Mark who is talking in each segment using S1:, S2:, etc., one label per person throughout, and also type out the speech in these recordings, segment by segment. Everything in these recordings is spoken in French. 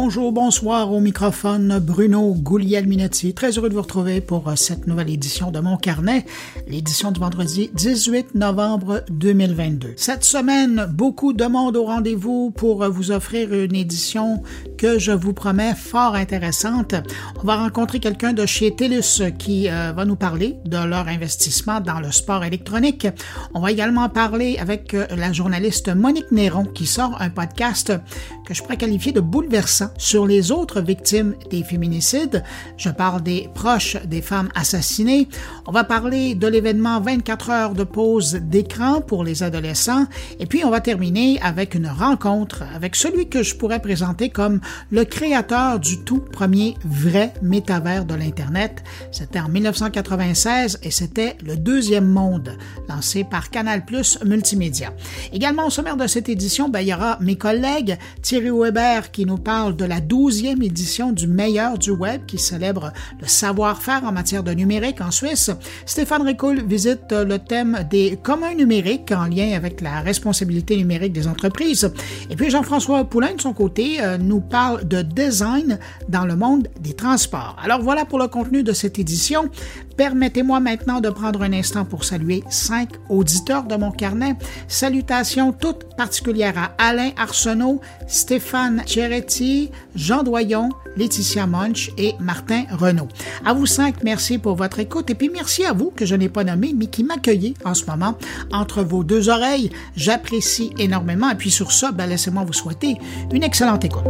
S1: Bonjour, bonsoir au microphone Bruno Guglielminetti. Très heureux de vous retrouver pour cette nouvelle édition de Mon Carnet, l'édition du vendredi 18 novembre 2022. Cette semaine, beaucoup de monde au rendez-vous pour vous offrir une édition que je vous promets fort intéressante. On va rencontrer quelqu'un de chez TELUS qui va nous parler de leur investissement dans le sport électronique. On va également parler avec la journaliste Monique Néron qui sort un podcast que je pourrais qualifier de bouleversant sur les autres victimes des féminicides. Je parle des proches des femmes assassinées. On va parler de l'événement 24 heures de pause d'écran pour les adolescents. Et puis, on va terminer avec une rencontre avec celui que je pourrais présenter comme le créateur du tout premier vrai métavers de l'Internet. C'était en 1996 et c'était le Deuxième Monde, lancé par Canal+ Multimédia. Également au sommaire de cette édition, il y aura mes collègues Thierry Weber qui nous parle de la 12e édition du meilleur du web qui célèbre le savoir-faire en matière de numérique en Suisse. Stéphane Ricoul visite le thème des communs numériques en lien avec la responsabilité numérique des entreprises. Et puis Jean-François Poulain, de son côté, nous parle de design dans le monde des transports. Alors voilà pour le contenu de cette édition. Permettez-moi maintenant de prendre un instant pour saluer 5 auditeurs de mon carnet. Salutations toutes particulières à Alain Arsenault, Stéphane Cheretti, Jean Doyon, Laetitia Munch et Martin Renaud. À vous 5, merci pour votre écoute et puis merci à vous que je n'ai pas nommé mais qui m'accueillez en ce moment entre vos deux oreilles. J'apprécie énormément et puis sur ça, laissez-moi vous souhaiter une excellente écoute.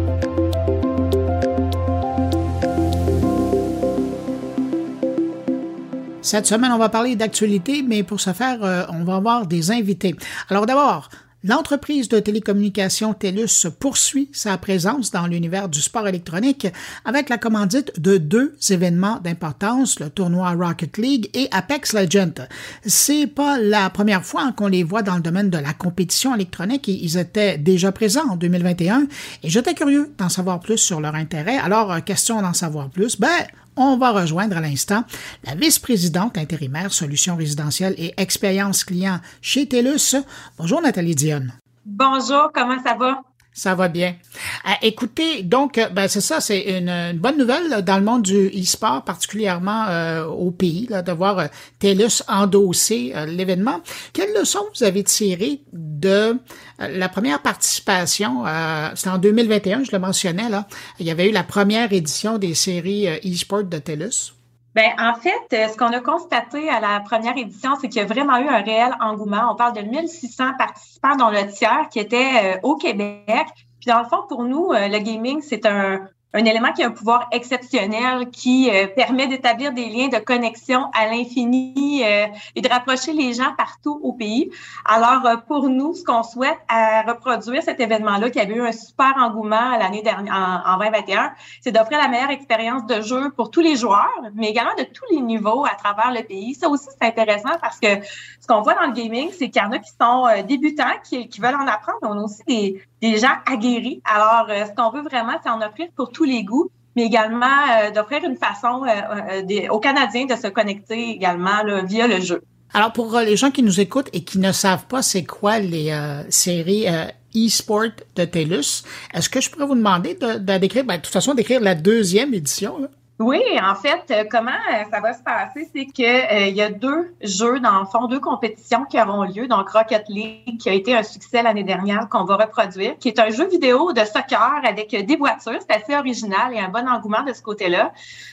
S1: Cette semaine, on va parler d'actualité, mais pour ce faire, on va avoir des invités. Alors d'abord, l'entreprise de télécommunications TELUS poursuit sa présence dans l'univers du sport électronique avec la commandite de 2 événements d'importance, le tournoi Rocket League et Apex Legends. C'est pas la première fois qu'on les voit dans le domaine de la compétition électronique. Ils étaient déjà présents en 2021 et j'étais curieux d'en savoir plus sur leur intérêt. Alors, question d'en savoir plus, on va rejoindre à l'instant la vice-présidente intérimaire Solutions résidentielles et expérience client chez TELUS. Bonjour Nathalie Dionne.
S2: Bonjour, comment ça va?
S1: Ça va bien. Écoutez, donc, c'est ça, c'est une bonne nouvelle là, dans le monde du e-sport, particulièrement au pays, là, de voir TELUS endosser l'événement. Quelles leçons vous avez tirées de la première participation? C'était en 2021, je le mentionnais, là. Il y avait eu la première édition des séries e-sport de TELUS.
S2: En fait, ce qu'on a constaté à la première édition, c'est qu'il y a vraiment eu un réel engouement. On parle de 1600 participants, dont le tiers qui était au Québec. Puis dans le fond, pour nous, le gaming, c'est un élément qui a un pouvoir exceptionnel qui permet d'établir des liens de connexion à l'infini et de rapprocher les gens partout au pays. Alors, pour nous, ce qu'on souhaite à reproduire cet événement-là, qui avait eu un super engouement l'année dernière, en 2021, c'est d'offrir la meilleure expérience de jeu pour tous les joueurs, mais également de tous les niveaux à travers le pays. Ça aussi, c'est intéressant parce que ce qu'on voit dans le gaming, c'est qu'il y en a qui sont débutants, qui veulent en apprendre, mais on a aussi des gens aguerris. Alors, ce qu'on veut vraiment, c'est en offrir pour tous les goûts, mais également d'offrir une façon aux Canadiens de se connecter également là, via le jeu.
S1: Alors, pour les gens qui nous écoutent et qui ne savent pas c'est quoi les séries e-sport de TELUS, est-ce que je pourrais vous demander de décrire, de toute façon, d'écrire la 2e édition, là?
S2: Oui, en fait, comment ça va se passer, c'est que il y a 2 jeux, dans le fond, 2 compétitions qui auront lieu. Donc, Rocket League, qui a été un succès l'année dernière, qu'on va reproduire, qui est un jeu vidéo de soccer avec des voitures. C'est assez original et un bon engouement de ce côté-là.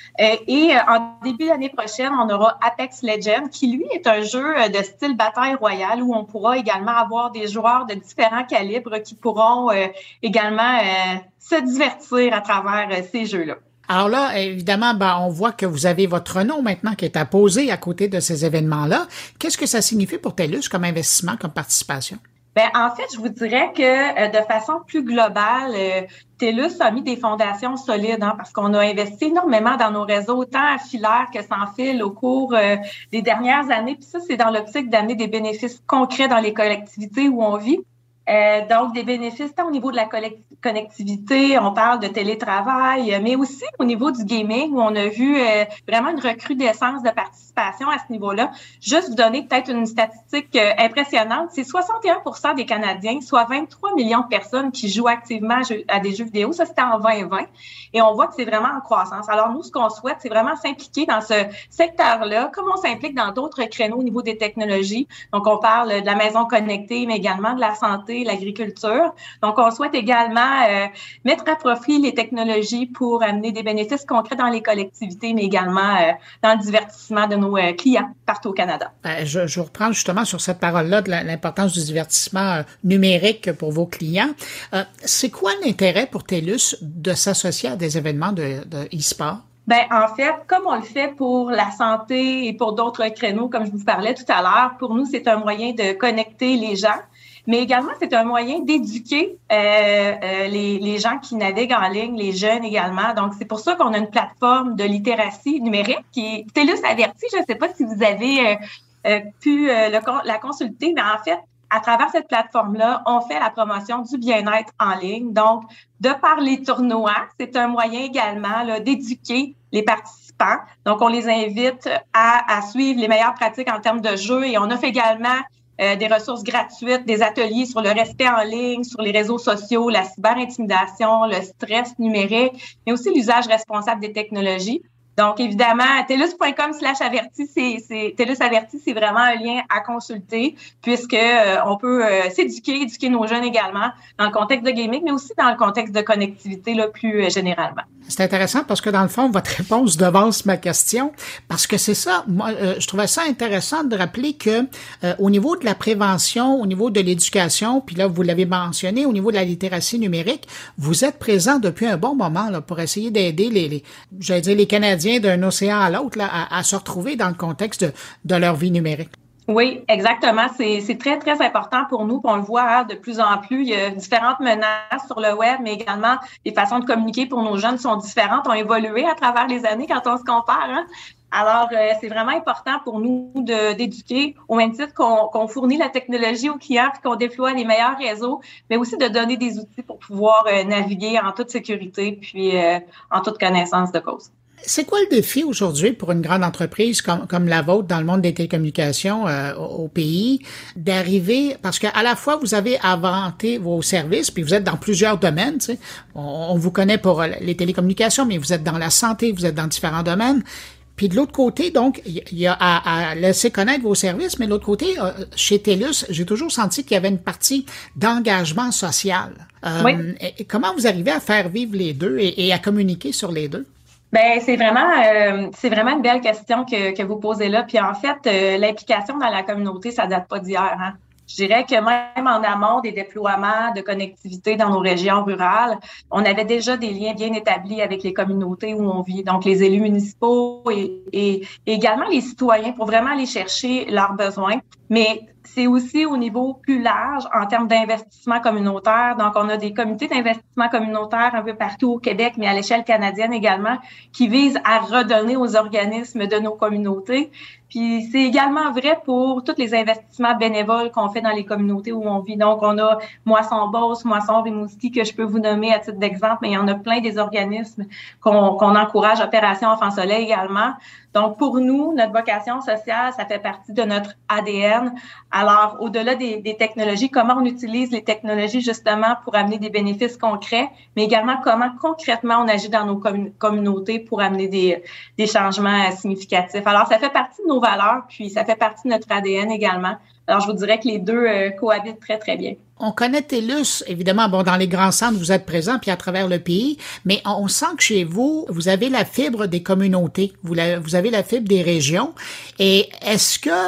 S2: Et en début d'année prochaine, on aura Apex Legends, qui, lui, est un jeu de style bataille royale où on pourra également avoir des joueurs de différents calibres qui pourront également se divertir à travers ces jeux-là.
S1: Alors là, évidemment, on voit que vous avez votre nom maintenant qui est apposé à côté de ces événements-là. Qu'est-ce que ça signifie pour TELUS comme investissement, comme participation?
S2: En fait, je vous dirais que de façon plus globale, TELUS a mis des fondations solides parce qu'on a investi énormément dans nos réseaux, tant à filaire que sans fil au cours des dernières années. Puis ça, c'est dans l'optique d'amener des bénéfices concrets dans les collectivités où on vit. Donc, des bénéfices tant au niveau de la connectivité, on parle de télétravail, mais aussi au niveau du gaming, où on a vu vraiment une recrudescence de participation à ce niveau-là. Juste vous donner peut-être une statistique impressionnante, c'est 61% des Canadiens, soit 23 millions de personnes qui jouent activement à des jeux vidéo. Ça, c'était en 2020. Et on voit que c'est vraiment en croissance. Alors, nous, ce qu'on souhaite, c'est vraiment s'impliquer dans ce secteur-là, comme on s'implique dans d'autres créneaux au niveau des technologies. Donc, on parle de la maison connectée, mais également de la santé, l'agriculture. Donc, on souhaite également mettre à profit les technologies pour amener des bénéfices concrets dans les collectivités, mais également dans le divertissement de nos clients partout au Canada.
S1: Je reprends justement sur cette parole-là de l'importance du divertissement numérique pour vos clients. C'est quoi l'intérêt pour TELUS de s'associer à des événements de e-sport?
S2: Ben, en fait, comme on le fait pour la santé et pour d'autres créneaux, comme je vous parlais tout à l'heure, pour nous, c'est un moyen de connecter les gens. Mais également, c'est un moyen d'éduquer les gens qui naviguent en ligne, les jeunes également. Donc, c'est pour ça qu'on a une plateforme de littératie numérique qui est TELUS Averti. Je ne sais pas si vous avez pu la consulter, mais en fait, à travers cette plateforme-là, on fait la promotion du bien-être en ligne. Donc, de par les tournois, c'est un moyen également là, d'éduquer les participants. Donc, on les invite à suivre les meilleures pratiques en termes de jeu et on offre également des ressources gratuites, des ateliers sur le respect en ligne, sur les réseaux sociaux, la cyberintimidation, le stress numérique, mais aussi l'usage responsable des technologies. Donc, évidemment, TELUS.com/averti, TELUS Averti, c'est vraiment un lien à consulter puisque on peut éduquer nos jeunes également dans le contexte de gaming, mais aussi dans le contexte de connectivité là, plus généralement.
S1: C'est intéressant parce que dans le fond, votre réponse devance ma question parce que c'est ça. Moi, je trouvais ça intéressant de rappeler que au niveau de la prévention, au niveau de l'éducation, puis là, vous l'avez mentionné, au niveau de la littératie numérique, vous êtes présent depuis un bon moment là pour essayer d'aider les Canadiens d'un océan à l'autre là, à se retrouver dans le contexte de leur vie numérique.
S2: Oui, exactement. C'est très, très important pour nous. On le voit de plus en plus. Il y a différentes menaces sur le web, mais également les façons de communiquer pour nos jeunes sont différentes, ont évolué à travers les années quand on se compare. Hein? Alors, c'est vraiment important pour nous d'éduquer au même titre qu'on fournit la technologie aux clients et qu'on déploie les meilleurs réseaux, mais aussi de donner des outils pour pouvoir naviguer en toute sécurité puis en toute connaissance de cause.
S1: C'est quoi le défi aujourd'hui pour une grande entreprise comme la vôtre dans le monde des télécommunications au pays d'arriver, parce qu'à la fois vous avez inventé vos services, puis vous êtes dans plusieurs domaines, tu sais, on vous connaît pour les télécommunications, mais vous êtes dans la santé, vous êtes dans différents domaines. Puis de l'autre côté, donc, il y a à laisser connaître vos services, mais de l'autre côté, chez TELUS, j'ai toujours senti qu'il y avait une partie d'engagement social.
S2: Oui.
S1: Comment vous arrivez à faire vivre les deux et à communiquer sur les deux?
S2: Ben c'est vraiment une belle question que vous posez là. Puis en fait, l'implication dans la communauté, ça date pas d'hier. Hein? Je dirais que même en amont des déploiements de connectivité dans nos régions rurales, on avait déjà des liens bien établis avec les communautés où on vit, donc les élus municipaux et également les citoyens pour vraiment aller chercher leurs besoins. Mais c'est aussi au niveau plus large en termes d'investissement communautaire. Donc, on a des comités d'investissement communautaire un peu partout au Québec, mais à l'échelle canadienne également, qui visent à redonner aux organismes de nos communautés. Puis, c'est également vrai pour tous les investissements bénévoles qu'on fait dans les communautés où on vit. Donc, on a Moisson Beauce, Moisson Rimouski, que je peux vous nommer à titre d'exemple, mais il y en a plein des organismes qu'on encourage, Opération Enfant Soleil également. Donc, pour nous, notre vocation sociale, ça fait partie de notre ADN. Alors, au-delà des technologies, comment on utilise les technologies justement pour amener des bénéfices concrets, mais également comment concrètement on agit dans nos communautés pour amener des changements significatifs. Alors, ça fait partie de nos valeurs, puis ça fait partie de notre ADN également. Alors, je vous dirais que les deux cohabitent très, très bien.
S1: On connaît TELUS, évidemment, bon, dans les grands centres, vous êtes présents, puis à travers le pays, mais on sent que chez vous, vous avez la fibre des communautés, vous avez la fibre des régions, et est-ce que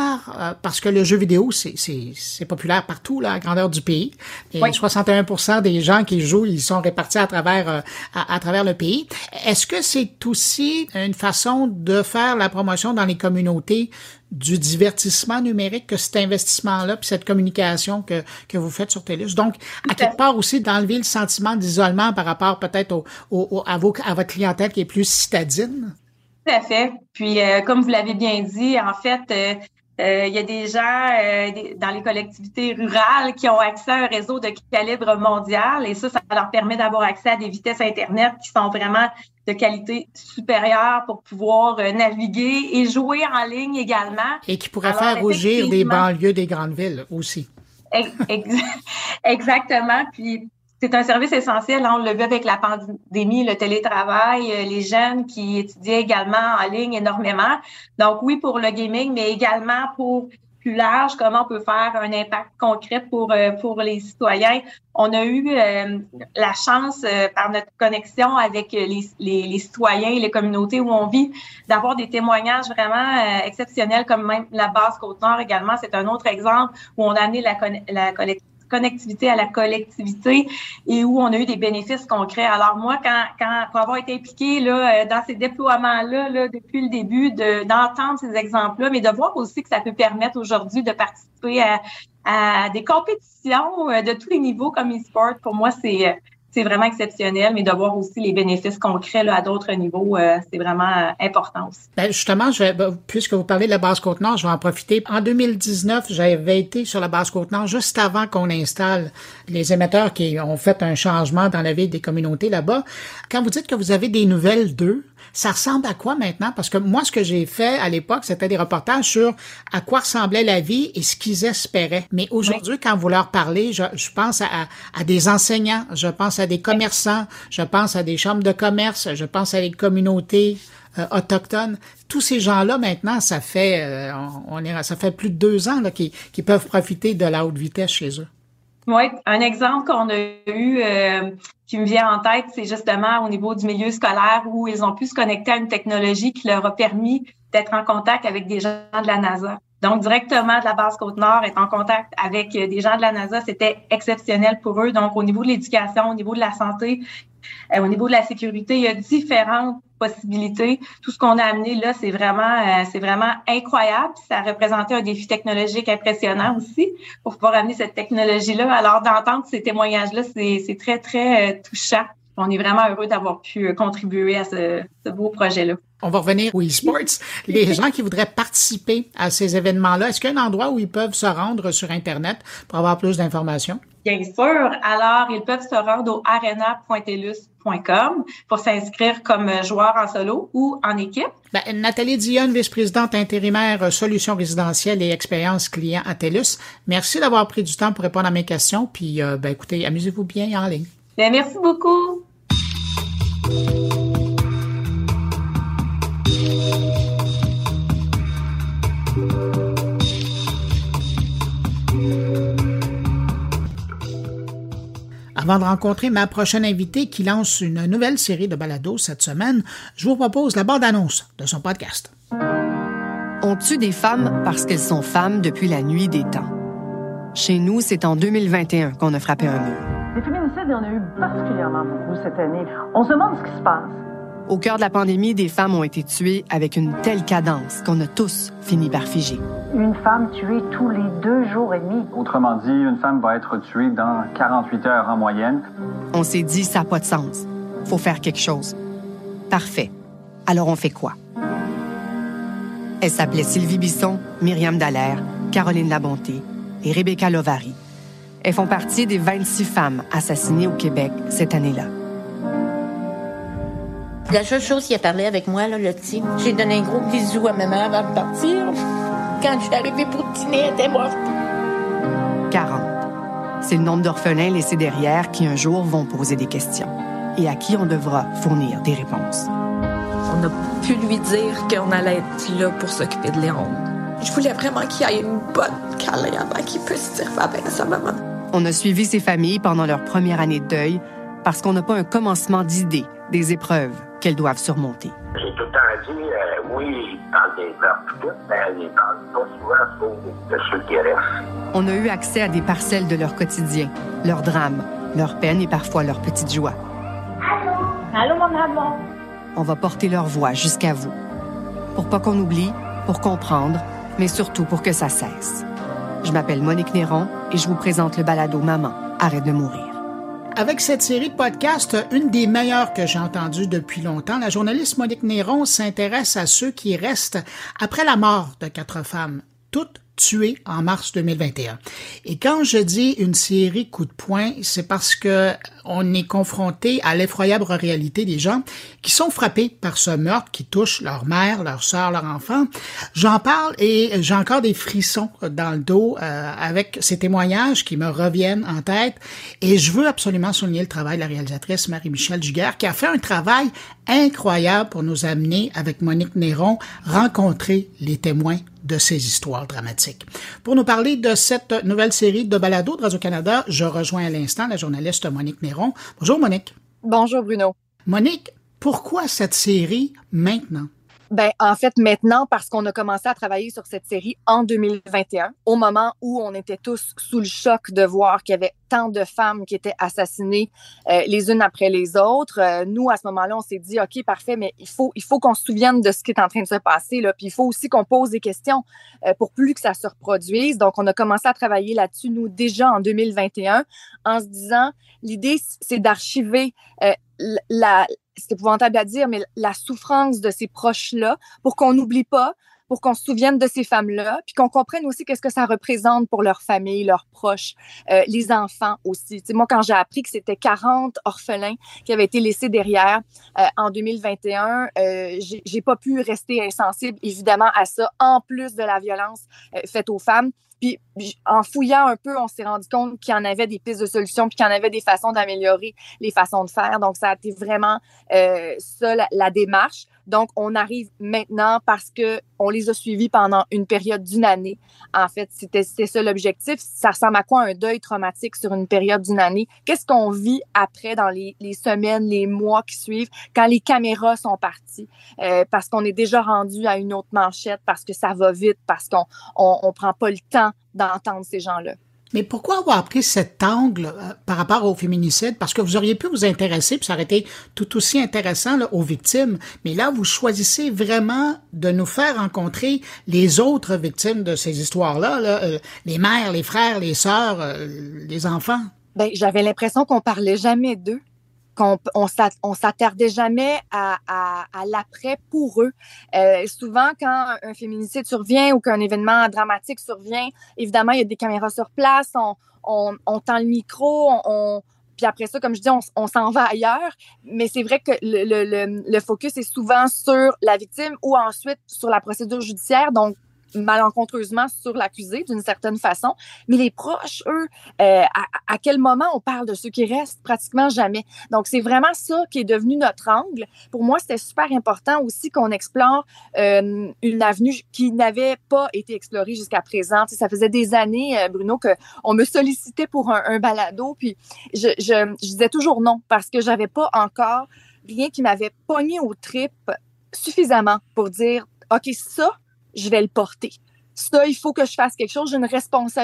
S1: parce que le jeu vidéo, c'est populaire partout, là, à grandeur du pays, et oui. 61% des gens qui jouent, ils sont répartis à travers le pays, est-ce que c'est aussi une façon de faire la promotion dans les communautés du divertissement numérique, que cet investissement-là, puis cette communication que vous faites sur TELUS. Donc, à quelque part aussi, d'enlever le sentiment d'isolement par rapport peut-être à votre clientèle qui est plus citadine.
S2: Tout à fait. Puis, comme vous l'avez bien dit, en fait, Il y a des gens dans les collectivités rurales qui ont accès à un réseau de calibre mondial et ça leur permet d'avoir accès à des vitesses Internet qui sont vraiment de qualité supérieure pour pouvoir naviguer et jouer en ligne également.
S1: Et qui pourrait faire rougir des banlieues des grandes villes aussi.
S2: Exactement. Puis, c'est un service essentiel. On l'a vu avec la pandémie, le télétravail, les jeunes qui étudiaient également en ligne énormément. Donc, oui, pour le gaming, mais également pour plus large, comment on peut faire un impact concret pour les citoyens. On a eu la chance, par notre connexion avec les citoyens et les communautés où on vit, d'avoir des témoignages vraiment exceptionnels, comme même la base Côte-Nord également. C'est un autre exemple où on a amené la connectivité à la collectivité et où on a eu des bénéfices concrets. Alors moi, pour avoir été impliquée là, dans ces déploiements-là là, depuis le début, d'entendre ces exemples-là, mais de voir aussi que ça peut permettre aujourd'hui de participer à des compétitions de tous les niveaux comme e-sport, pour moi, c'est vraiment exceptionnel, mais de voir aussi les bénéfices concrets là, à d'autres niveaux, c'est vraiment important aussi.
S1: Ben justement, puisque vous parlez de la base Côte-Nord, je vais en profiter. En 2019, j'avais été sur la base Côte-Nord juste avant qu'on installe les émetteurs qui ont fait un changement dans la vie des communautés là-bas. Quand vous dites que vous avez des nouvelles d'eux, ça ressemble à quoi maintenant? Parce que moi, ce que j'ai fait à l'époque, c'était des reportages sur à quoi ressemblait la vie et ce qu'ils espéraient. Mais aujourd'hui, quand vous leur parlez, je pense à des enseignants, je pense à des commerçants, je pense à des chambres de commerce, je pense à des communautés autochtones. Tous ces gens-là, maintenant, ça fait plus de 2 ans là, qu'ils peuvent profiter de la haute vitesse chez eux.
S2: Oui, un exemple qu'on a eu qui me vient en tête, c'est justement au niveau du milieu scolaire où ils ont pu se connecter à une technologie qui leur a permis d'être en contact avec des gens de la NASA. Donc, directement de la base Côte-Nord, être en contact avec des gens de la NASA, c'était exceptionnel pour eux. Donc, au niveau de l'éducation, au niveau de la santé, au niveau de la sécurité, il y a différentes possibilités. Tout ce qu'on a amené là, c'est vraiment incroyable. Ça a représenté un défi technologique impressionnant aussi pour pouvoir amener cette technologie-là. Alors, d'entendre ces témoignages-là, c'est très, très touchant. On est vraiment heureux d'avoir pu contribuer à ce beau projet-là.
S1: On va revenir aux e-sports. Les gens qui voudraient participer à ces événements-là, est-ce qu'il y a un endroit où ils peuvent se rendre sur Internet pour avoir plus d'informations?
S2: Bien sûr. Alors, ils peuvent se rendre au arena.telus.com pour s'inscrire comme joueur en solo ou en équipe.
S1: Nathalie Dionne, vice-présidente intérimaire Solutions résidentielles et expérience client à TELUS. Merci d'avoir pris du temps pour répondre à mes questions. Puis, écoutez, amusez-vous bien en ligne.
S2: Bien, merci beaucoup.
S1: Avant de rencontrer ma prochaine invitée qui lance une nouvelle série de balados cette semaine, je vous propose la bande-annonce de son podcast.
S3: On tue des femmes parce qu'elles sont femmes depuis la nuit des temps. Chez nous, c'est en 2021 qu'on a frappé un mur.
S4: Les féminicides, il y en a eu particulièrement beaucoup cette année. On se demande ce qui se passe.
S3: Au cœur de la pandémie, des femmes ont été tuées avec une telle cadence qu'on a tous fini par figer.
S4: Une femme tuée tous les 2 jours et demi.
S5: Autrement dit, une femme va être tuée dans 48 heures en moyenne.
S3: On s'est dit, ça n'a pas de sens. Faut faire quelque chose. Parfait. Alors on fait quoi? Elles s'appelaient Sylvie Bisson, Myriam Dallaire, Caroline Labonté et Rebecca Lovary. Elles font partie des 26 femmes assassinées au Québec cette année-là.
S6: La seule chose qui a parlé avec moi, là, le petit, j'ai donné un gros bisou à maman avant de partir. Quand je suis arrivée pour dîner, elle était morte.
S3: 40. C'est le nombre d'orphelins laissés derrière qui un jour vont poser des questions et à qui on devra fournir des réponses.
S7: On a pu lui dire qu'on allait être là pour s'occuper de Léon. Je voulais vraiment qu'il ait une bonne câlin avant qu'il puisse dire avec sa maman.
S3: On a suivi ces familles pendant leur première année de deuil parce qu'on n'a pas un commencement d'idée des épreuves qu'elles doivent surmonter.
S8: J'ai tout le temps dit, oui, ils parlent des meurtres, mais ils parlent pas souvent de ceux qui restent.
S3: On a eu accès à des parcelles de leur quotidien, leurs drames, leurs peines et parfois leurs petites joies.
S2: Allô? Allô, mon amour?
S3: On va porter leur voix jusqu'à vous. Pour pas qu'on oublie, pour comprendre, mais surtout pour que ça cesse. Je m'appelle Monique Néron et je vous présente le balado Maman, arrête de mourir.
S1: Avec cette série de podcasts, une des meilleures que j'ai entendues depuis longtemps, la journaliste Monique Néron s'intéresse à ceux qui restent après la mort de 4 femmes toutes tuées en mars 2021. Et quand je dis une série coup de poing, c'est parce que on est confronté à l'effroyable réalité des gens qui sont frappés par ce meurtre qui touche leur mère, leur sœur, leur enfant. J'en parle et j'ai encore des frissons dans le dos avec ces témoignages qui me reviennent en tête. Et je veux absolument souligner le travail de la réalisatrice Marie-Michel Giguère qui a fait un travail incroyable pour nous amener, avec Monique Néron, rencontrer les témoins de ces histoires dramatiques. Pour nous parler de cette nouvelle série de balados de Radio-Canada, je rejoins à l'instant la journaliste Monique Néron. Bonjour Monique.
S9: Bonjour Bruno.
S1: Monique, pourquoi cette série maintenant?
S9: Ben, en fait, maintenant, parce qu'on a commencé à travailler sur cette série en 2021, au moment où on était tous sous le choc de voir qu'il y avait tant de femmes qui étaient assassinées les unes après les autres. Nous, à ce moment-là, on s'est dit, OK, parfait, mais il faut qu'on se souvienne de ce qui est en train de se passer, là. Puis il faut aussi qu'on pose des questions pour plus que ça se reproduise. Donc, on a commencé à travailler là-dessus, nous, déjà en 2021, en se disant, l'idée, c'est d'archiver c'est épouvantable à dire, mais la souffrance de ces proches-là, pour qu'on n'oublie pas, pour qu'on se souvienne de ces femmes-là, puis qu'on comprenne aussi qu'est-ce que ça représente pour leur famille, leurs proches, les enfants aussi. Tu sais, moi, quand j'ai appris que c'était 40 orphelins qui avaient été laissés derrière en 2021, j'ai pas pu rester insensible, évidemment, à ça, en plus de la violence faite aux femmes. Puis, en fouillant un peu, on s'est rendu compte qu'il y en avait des pistes de solutions, puis qu'il y en avait des façons d'améliorer les façons de faire. Donc, ça a été vraiment ça, la démarche. Donc, on arrive maintenant parce que on les a suivis pendant une période d'une année. En fait, c'était ça l'objectif. Ça ressemble à quoi un deuil traumatique sur une période d'une année? Qu'est-ce qu'on vit après dans les semaines, les mois qui suivent, quand les caméras sont parties? Parce qu'on est déjà rendu à une autre manchette, parce que ça va vite, parce qu'on prend pas le temps d'entendre ces gens-là.
S1: Mais pourquoi avoir pris cet angle par rapport au féminicide? Parce que vous auriez pu vous intéresser, puis ça aurait été tout aussi intéressant là, aux victimes. Mais là, vous choisissez vraiment de nous faire rencontrer les autres victimes de ces histoires-là, là, les mères, les frères, les sœurs, les enfants.
S9: Ben, j'avais l'impression qu'on parlait jamais d'eux. On s'attardait jamais à l'après pour eux. Souvent, quand un féminicide survient ou qu'un événement dramatique survient, évidemment, il y a des caméras sur place, on tend le micro, puis après ça, comme je dis, on s'en va ailleurs. Mais c'est vrai que le focus est souvent sur la victime ou ensuite sur la procédure judiciaire, donc malencontreusement sur l'accusé d'une certaine façon. Mais les proches, eux, à quel moment on parle de ceux qui restent? Pratiquement jamais. Donc, c'est vraiment ça qui est devenu notre angle. Pour moi, c'était super important aussi qu'on explore une avenue qui n'avait pas été explorée jusqu'à présent. Tu sais, ça faisait des années, Bruno, qu'on me sollicitait pour un balado, puis je disais toujours non parce que j'avais pas encore rien qui m'avait pogné aux tripes suffisamment pour dire « OK, ça, je vais le porter. Ça, il faut que je fasse quelque chose, j'ai une responsabilité. »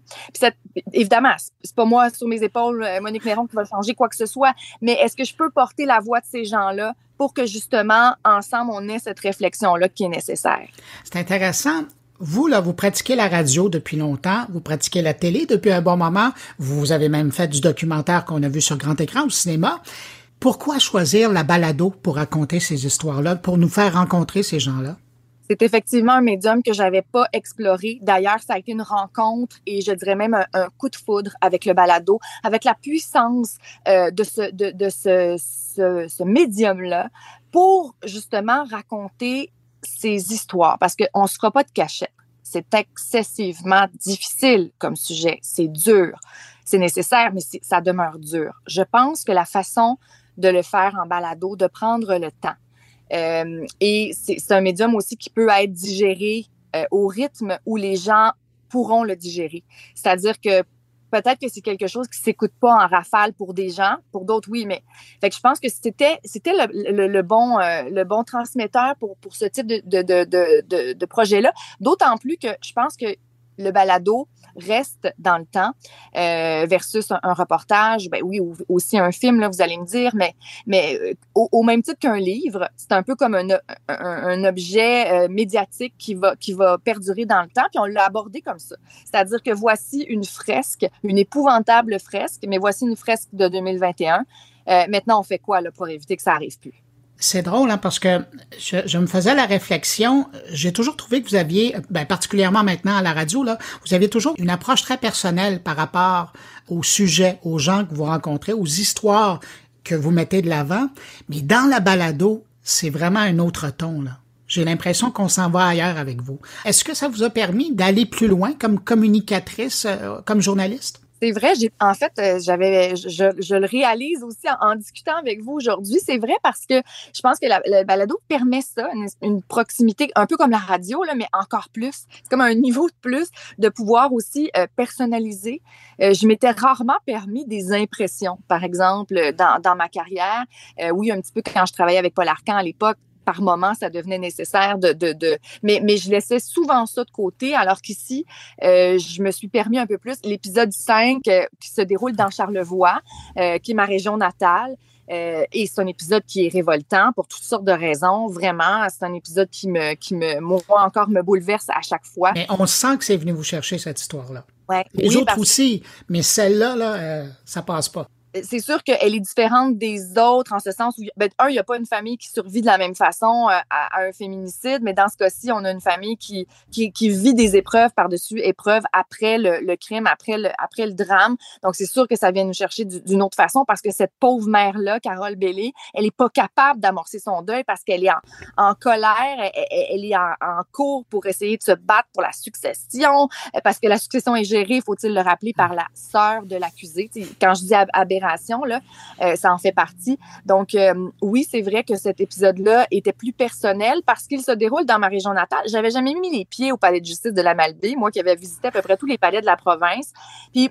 S9: Puis évidemment, c'est pas moi sur mes épaules, Monique Néron, qui va changer quoi que ce soit, mais est-ce que je peux porter la voix de ces gens-là pour que justement, ensemble, on ait cette réflexion-là qui est nécessaire?
S1: C'est intéressant. Vous, là, vous pratiquez la radio depuis longtemps, vous pratiquez la télé depuis un bon moment, vous avez même fait du documentaire qu'on a vu sur grand écran au cinéma. Pourquoi choisir la balado pour raconter ces histoires-là, pour nous faire rencontrer ces gens-là?
S9: C'est effectivement un médium que j'avais pas exploré. D'ailleurs, ça a été une rencontre et je dirais même un coup de foudre avec le balado, avec la puissance de ce médium-là pour justement raconter ces histoires. Parce qu'on se fera pas de cachette. C'est excessivement difficile comme sujet. C'est dur. C'est nécessaire, mais ça demeure dur. Je pense que la façon de le faire en balado, de prendre le temps, et c'est un médium aussi qui peut être digéré au rythme où les gens pourront le digérer. C'est-à-dire que peut-être que c'est quelque chose qui s'écoute pas en rafale pour des gens, pour d'autres oui, mais fait que je pense que c'était le bon transmetteur pour ce type de projet-là. D'autant plus que je pense que le balado reste dans le temps versus un reportage, ben oui, ou aussi un film, là, vous allez me dire, mais au même titre qu'un livre, c'est un peu comme un objet médiatique qui va perdurer dans le temps, puis on l'a abordé comme ça. C'est-à-dire que voici une fresque, une épouvantable fresque, mais voici une fresque de 2021. Maintenant, on fait quoi là, pour éviter que ça arrive plus?
S1: C'est drôle, hein, parce que je me faisais la réflexion. J'ai toujours trouvé que vous aviez, particulièrement maintenant à la radio, là, vous aviez toujours une approche très personnelle par rapport aux sujets, aux gens que vous rencontrez, aux histoires que vous mettez de l'avant. Mais dans la balado, c'est vraiment un autre ton, là. J'ai l'impression qu'on s'en va ailleurs avec vous. Est-ce que ça vous a permis d'aller plus loin comme communicatrice, comme journaliste?
S9: C'est vrai, je le réalise aussi en discutant avec vous aujourd'hui. C'est vrai parce que je pense que le balado permet ça, une proximité, un peu comme la radio, là, mais encore plus. C'est comme un niveau de plus de pouvoir aussi personnaliser. Je m'étais rarement permis des impressions, par exemple, dans ma carrière. Oui, un petit peu quand je travaillais avec Paul Arcand à l'époque, par moment, ça devenait nécessaire mais je laissais souvent ça de côté, alors qu'ici, je me suis permis un peu plus. L'épisode 5 qui se déroule dans Charlevoix, qui est ma région natale, et c'est un épisode qui est révoltant pour toutes sortes de raisons. Vraiment, c'est un épisode qui moi encore, me bouleverse à chaque fois.
S1: Mais on sent que c'est venu vous chercher, cette histoire-là.
S9: Ouais.
S1: Les autres aussi, mais celle-là, là, ça passe pas.
S9: C'est sûr qu'elle est différente des autres en ce sens où, il n'y a pas une famille qui survit de la même façon à un féminicide, mais dans ce cas-ci, on a une famille qui vit des épreuves par-dessus épreuves après le crime, après le drame. Donc, c'est sûr que ça vient nous chercher d'une autre façon parce que cette pauvre mère-là, Carole Bellé, elle n'est pas capable d'amorcer son deuil parce qu'elle est en colère, elle est en cours pour essayer de se battre pour la succession, parce que la succession est gérée, faut-il le rappeler, par la sœur de l'accusé. T'sais, quand je dis là, ça en fait partie. Donc, oui, c'est vrai que cet épisode-là était plus personnel parce qu'il se déroule dans ma région natale. J'avais jamais mis les pieds au palais de justice de la Malbaie, moi qui avais visité à peu près tous les palais de la province. Puis,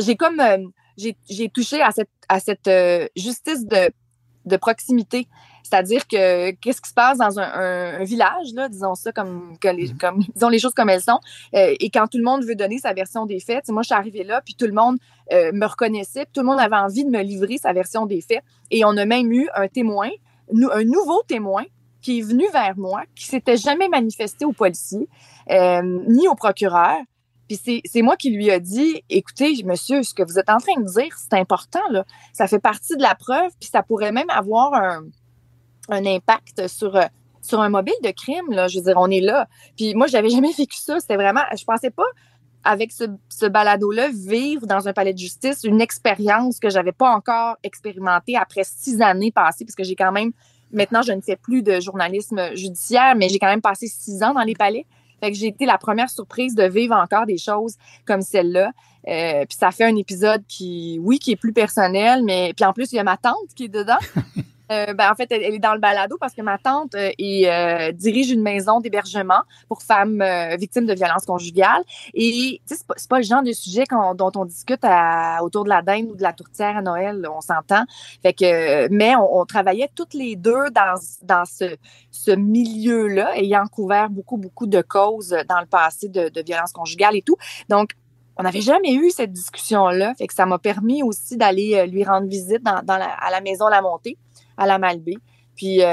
S9: j'ai touché à cette justice de proximité. C'est-à-dire que qu'est-ce qui se passe dans un village, là, disons ça disons les choses comme elles sont, et quand tout le monde veut donner sa version des faits, moi je suis arrivée là, puis tout le monde me reconnaissait, puis tout le monde avait envie de me livrer sa version des faits, et on a même eu un témoin, un nouveau témoin qui est venu vers moi, qui s'était jamais manifesté aux policiers, ni au procureur. Puis c'est moi qui lui ai dit, écoutez, monsieur, ce que vous êtes en train de dire, c'est important, là. Ça fait partie de la preuve, puis ça pourrait même avoir un impact sur un mobile de crime, là. Je veux dire, on est là. Puis moi, j'avais jamais vécu ça. C'était vraiment, je pensais pas, avec ce balado-là, vivre dans un palais de justice une expérience que j'avais pas encore expérimentée après 6 années passées, parce que j'ai quand même, maintenant, je ne fais plus de journalisme judiciaire, mais j'ai quand même passé 6 ans dans les palais. Fait que j'ai été la première surprise de vivre encore des choses comme celle-là. Puis ça fait un épisode qui est plus personnel, mais puis en plus, il y a ma tante qui est dedans. En fait, elle est dans le balado parce que ma tante dirige une maison d'hébergement pour femmes victimes de violences conjugales. Et c'est pas le genre de sujet dont on discute autour de la dinde ou de la tourtière à Noël, là, on s'entend. Fait que, mais on travaillait toutes les deux dans ce milieu-là, ayant couvert beaucoup, beaucoup de causes dans le passé de violences conjugales et tout. Donc, on n'avait jamais eu cette discussion-là. Fait que ça m'a permis aussi d'aller lui rendre visite à la maison La Montée, à la Malbaie. Puis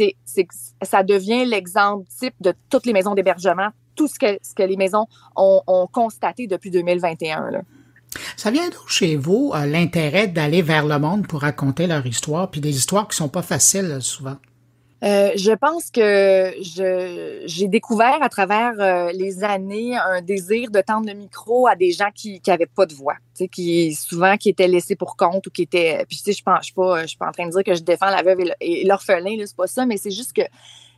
S9: ça devient l'exemple type de toutes les maisons d'hébergement, tout ce que les maisons ont constaté depuis 2021. Là.
S1: Ça vient d'où chez vous l'intérêt d'aller vers le monde pour raconter leur histoire, puis des histoires qui sont pas faciles souvent?
S9: Je pense que j'ai découvert à travers les années un désir de tendre le micro à des gens qui avaient pas de voix, tu sais, qui étaient laissés pour compte ou qui étaient. Puis tu sais, je suis pas en train de dire que je défends la veuve et l'orphelin, là, c'est pas ça, mais c'est juste que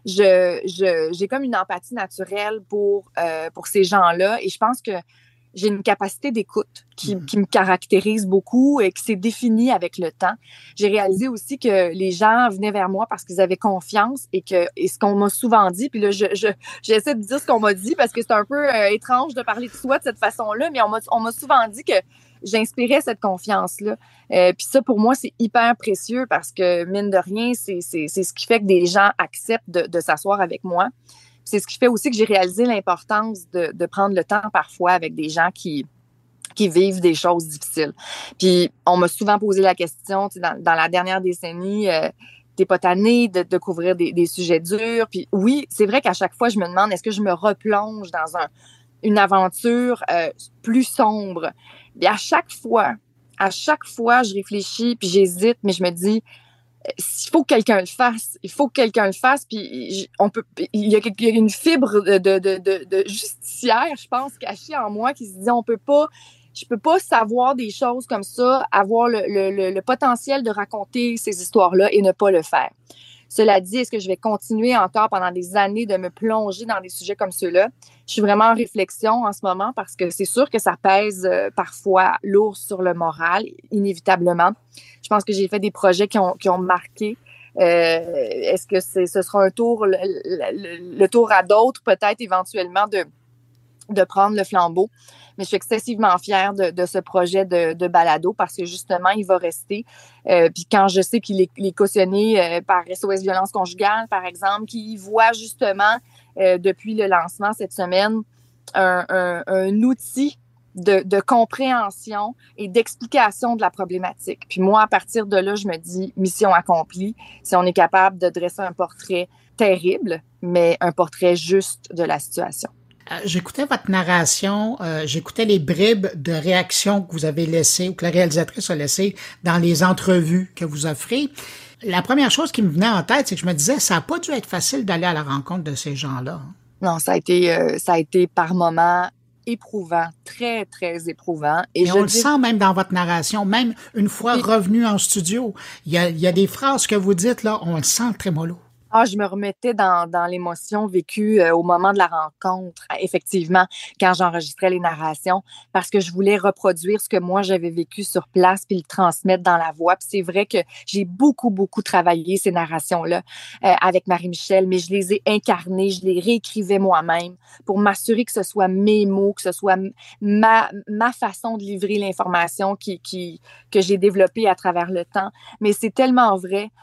S9: j'ai comme une empathie naturelle pour ces gens-là, et je pense que j'ai une capacité d'écoute qui me caractérise beaucoup et qui s'est définie avec le temps. J'ai réalisé aussi que les gens venaient vers moi parce qu'ils avaient confiance et ce qu'on m'a souvent dit, puis là, j'essaie de dire ce qu'on m'a dit parce que c'est un peu étrange de parler de soi de cette façon-là, mais on m'a souvent dit que j'inspirais cette confiance-là. Puis ça, pour moi, c'est hyper précieux parce que, mine de rien, c'est ce qui fait que des gens acceptent de s'asseoir avec moi. C'est ce qui fait aussi que j'ai réalisé l'importance de prendre le temps parfois avec des gens qui vivent des choses difficiles. Puis on m'a souvent posé la question, tu sais, dans la dernière décennie, t'es pas tannée de couvrir des sujets durs. Puis oui, c'est vrai qu'à chaque fois, je me demande, est-ce que je me replonge dans une aventure plus sombre? Puis à chaque fois, je réfléchis, puis j'hésite, mais je me dis, il faut que quelqu'un le fasse. Il faut que quelqu'un le fasse. Puis il y a une fibre de justicière, je pense, cachée en moi qui se dit je peux pas savoir des choses comme ça, avoir le potentiel de raconter ces histoires-là et ne pas le faire. Cela dit, est-ce que je vais continuer encore pendant des années de me plonger dans des sujets comme ceux-là? Je suis vraiment en réflexion en ce moment parce que c'est sûr que ça pèse parfois lourd sur le moral, inévitablement. Je pense que j'ai fait des projets qui ont marqué. Est-ce que ce sera un tour, le tour à d'autres, peut-être éventuellement, de prendre le flambeau? Mais je suis excessivement fière de ce projet de balado parce que justement, il va rester. Puis quand je sais qu'il est cautionné par SOS Violence Conjugale, par exemple, qui voit justement, depuis le lancement cette semaine, un outil de compréhension et d'explication de la problématique. Puis moi, à partir de là, je me dis, mission accomplie, si on est capable de dresser un portrait terrible, mais un portrait juste de la situation.
S1: J'écoutais votre narration, j'écoutais les bribes de réactions que vous avez laissées ou que la réalisatrice a laissées dans les entrevues que vous offrez. La première chose qui me venait en tête, c'est que je me disais, ça n'a pas dû être facile d'aller à la rencontre de ces gens-là.
S9: Non, ça a été par moments éprouvant, très, très éprouvant.
S1: Et on le sent même dans votre narration, même une fois revenu en studio. Il y a des phrases que vous dites, là, on le sent le trémolo.
S9: Je me remettais dans l'émotion vécue au moment de la rencontre, effectivement, quand j'enregistrais les narrations, parce que je voulais reproduire ce que moi j'avais vécu sur place puis le transmettre dans la voix. Puis c'est vrai que j'ai beaucoup, beaucoup travaillé ces narrations-là avec Marie-Michel, mais je les ai incarnées, je les réécrivais moi-même pour m'assurer que ce soit mes mots, que ce soit ma façon de livrer l'information que j'ai développée à travers le temps. Mais c'est tellement vrai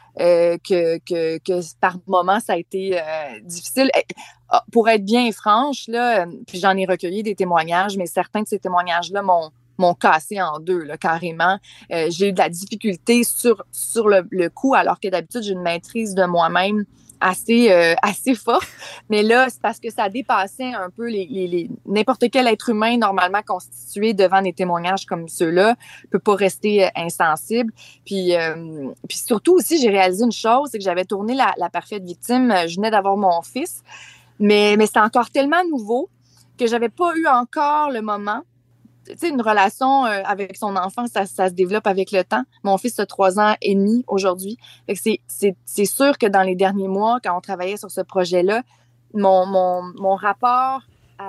S9: que par moments, ça a été difficile. Pour être bien franche, là, puis j'en ai recueilli des témoignages, mais certains de ces témoignages-là m'ont cassé en deux, là, carrément. J'ai eu de la difficulté sur le coup, alors que d'habitude, j'ai une maîtrise de moi-même assez forte. Mais là, c'est parce que ça dépassait un peu n'importe quel être humain normalement constitué devant des témoignages comme ceux-là peut pas rester insensible. Puis surtout aussi, j'ai réalisé une chose, c'est que j'avais tourné la parfaite victime. Je venais d'avoir mon fils, mais c'était encore tellement nouveau que j'avais pas eu encore le moment. Tu sais, une relation avec son enfant, ça se développe avec le temps. Mon fils a 3 ans et demi aujourd'hui. Fait que c'est sûr que dans les derniers mois, quand on travaillait sur ce projet-là, mon rapport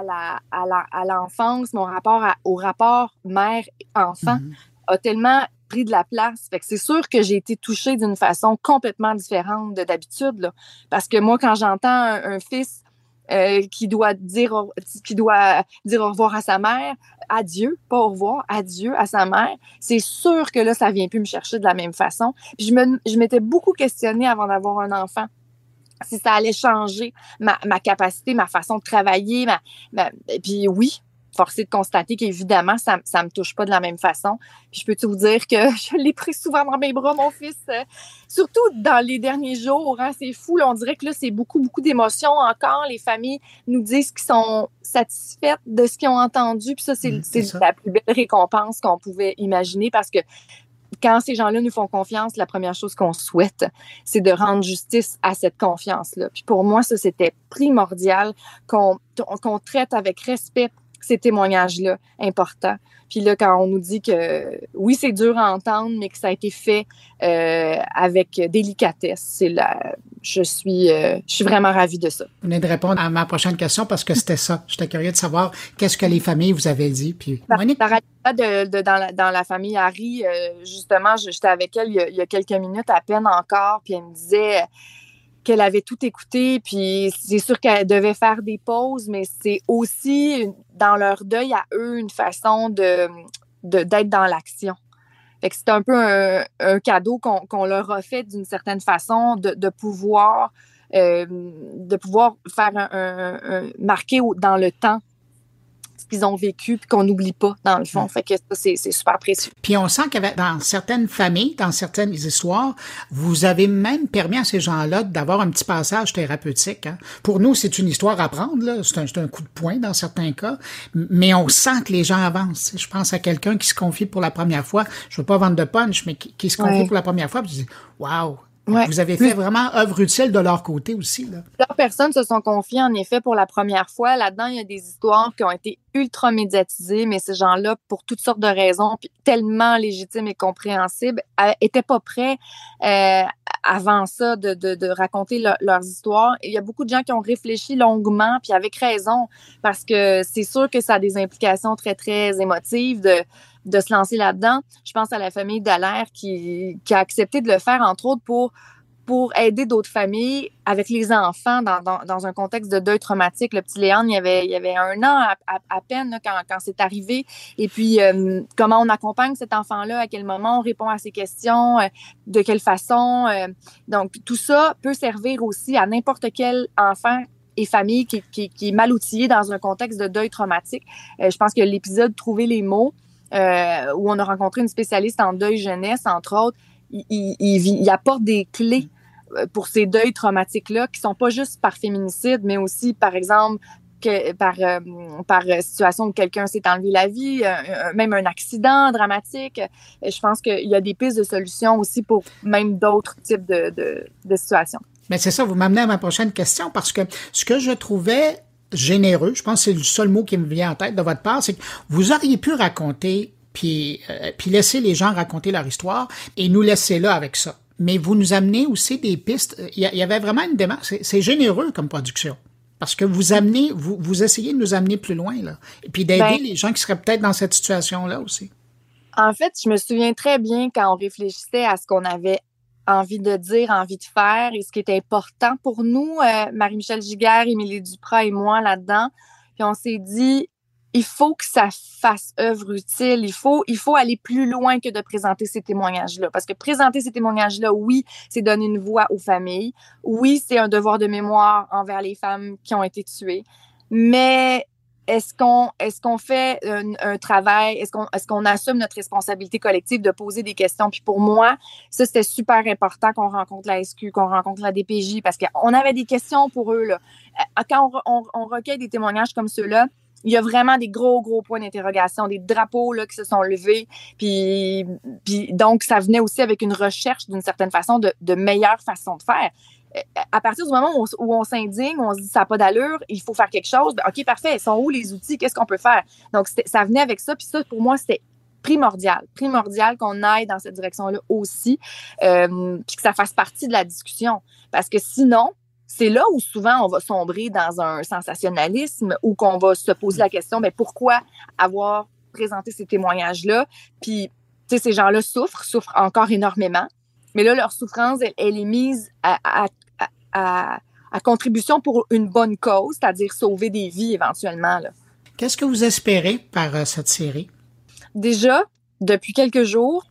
S9: à l'enfance, mon rapport au rapport mère-enfant a tellement pris de la place. Fait que c'est sûr que j'ai été touchée d'une façon complètement différente d'habitude, là. Parce que moi, quand j'entends un fils qui doit dire au revoir à sa mère, adieu, pas au revoir, adieu à sa mère, c'est sûr que là, ça vient plus me chercher de la même façon. Puis je m'étais beaucoup questionnée avant d'avoir un enfant, si ça allait changer ma capacité, ma façon de travailler, puis oui, forcé de constater qu'évidemment, ça me touche pas de la même façon. Puis je peux vous dire que je l'ai pris souvent dans mes bras, mon fils, surtout dans les derniers jours. Hein, c'est fou, là, on dirait que là, c'est beaucoup, beaucoup d'émotions encore. Les familles nous disent qu'ils sont satisfaites de ce qu'ils ont entendu. Puis ça, c'est la plus belle récompense qu'on pouvait imaginer parce que quand ces gens-là nous font confiance, la première chose qu'on souhaite, c'est de rendre justice à cette confiance-là. Puis pour moi, ça, c'était primordial qu'on traite avec respect ces témoignages-là importants. Puis là, quand on nous dit que oui, c'est dur à entendre, mais que ça a été fait avec délicatesse, je suis vraiment ravie de ça.
S1: Vous venez de répondre à ma prochaine question parce que c'était ça. J'étais curieux de savoir qu'est-ce que les familles vous avaient dit. Puis, Monique?
S9: Dans la famille Harry, justement, j'étais avec elle il y a quelques minutes à peine encore, puis elle me disait qu'elle avait tout écouté, puis c'est sûr qu'elle devait faire des pauses, mais c'est aussi, dans leur deuil à eux, une façon d'être dans l'action. Fait que c'est un peu un cadeau qu'on leur a fait d'une certaine façon, de pouvoir faire marquer dans le temps ce qu'ils ont vécu puis qu'on n'oublie pas, dans le fond. Fait que ça, c'est super précieux.
S1: Puis on sent que dans certaines familles, dans certaines histoires, vous avez même permis à ces gens-là d'avoir un petit passage thérapeutique. Hein. Pour nous, c'est une histoire à prendre, là. C'est un coup de poing dans certains cas, mais on sent que les gens avancent. Je pense à quelqu'un qui se confie pour la première fois. Je veux pas vendre de punch, mais qui se confie pour la première fois, puis je dis « Wow! » Ouais. Vous avez fait vraiment œuvre utile de leur côté aussi, là.
S9: Plusieurs personnes se sont confiées, en effet, pour la première fois. Là-dedans, il y a des histoires qui ont été ultra médiatisées, mais ces gens-là, pour toutes sortes de raisons, puis tellement légitimes et compréhensibles, étaient pas prêts avant ça de raconter leurs histoires. Et il y a beaucoup de gens qui ont réfléchi longuement, puis avec raison, parce que c'est sûr que ça a des implications très, très émotives de se lancer là-dedans. Je pense à la famille Dallaire qui a accepté de le faire, entre autres, pour aider d'autres familles avec les enfants dans un contexte de deuil traumatique. Le petit Léandre, il y avait 1 an à peine là, quand c'est arrivé. Et puis, comment on accompagne cet enfant-là, à quel moment on répond à ses questions, de quelle façon. Donc, tout ça peut servir aussi à n'importe quel enfant et famille qui est mal outillé dans un contexte de deuil traumatique. Je pense que l'épisode « Trouver les mots », où on a rencontré une spécialiste en deuil jeunesse, entre autres, il apporte des clés pour ces deuils traumatiques-là, qui sont pas juste par féminicide, mais aussi, par exemple, par situation où quelqu'un s'est enlevé la vie, même un accident dramatique. Je pense qu'il y a des pistes de solutions aussi pour même d'autres types de situations.
S1: Mais c'est ça, vous m'amenez à ma prochaine question, parce que ce que je trouvais généreux, je pense que c'est le seul mot qui me vient en tête de votre part, c'est que vous auriez pu raconter, puis laisser les gens raconter leur histoire, et nous laisser là avec ça. Mais vous nous amenez aussi des pistes. Il y avait vraiment une démarche. C'est généreux comme production. Parce que vous essayez de nous amener plus loin, là. Et puis d'aider les gens qui seraient peut-être dans cette situation-là aussi.
S9: En fait, je me souviens très bien quand on réfléchissait à ce qu'on avait envie de dire, envie de faire et ce qui était important pour nous, Marie-Michel Giguère, Émilie Duprat et moi là-dedans. Puis on s'est dit, il faut que ça fasse œuvre utile. Il faut aller plus loin que de présenter ces témoignages-là. Parce que présenter ces témoignages-là, oui, c'est donner une voix aux familles. Oui, c'est un devoir de mémoire envers les femmes qui ont été tuées. Mais est-ce qu'on fait un travail? Est-ce qu'on assume notre responsabilité collective de poser des questions? Puis pour moi, ça, c'était super important qu'on rencontre la SQ, qu'on rencontre la DPJ, parce qu'on avait des questions pour eux, là. Quand on recueille des témoignages comme ceux-là, il y a vraiment des gros points d'interrogation, des drapeaux là, qui se sont levés. Puis donc, ça venait aussi avec une recherche, d'une certaine façon, de meilleures façons de faire. À partir du moment où on s'indigne, où on se dit ça n'a pas d'allure, il faut faire quelque chose, ben, OK, parfait, ils sont où les outils, qu'est-ce qu'on peut faire? Donc, ça venait avec ça, puis ça, pour moi, c'était primordial qu'on aille dans cette direction-là aussi, puis que ça fasse partie de la discussion. Parce que sinon, c'est là où souvent on va sombrer dans un sensationnalisme ou qu'on va se poser la question, mais pourquoi avoir présenté ces témoignages-là? Puis, tu sais, ces gens-là souffrent encore énormément. Mais là, leur souffrance, elle est mise à contribution pour une bonne cause, c'est-à-dire sauver des vies éventuellement, là.
S1: Qu'est-ce que vous espérez par cette série?
S9: Déjà, depuis quelques jours,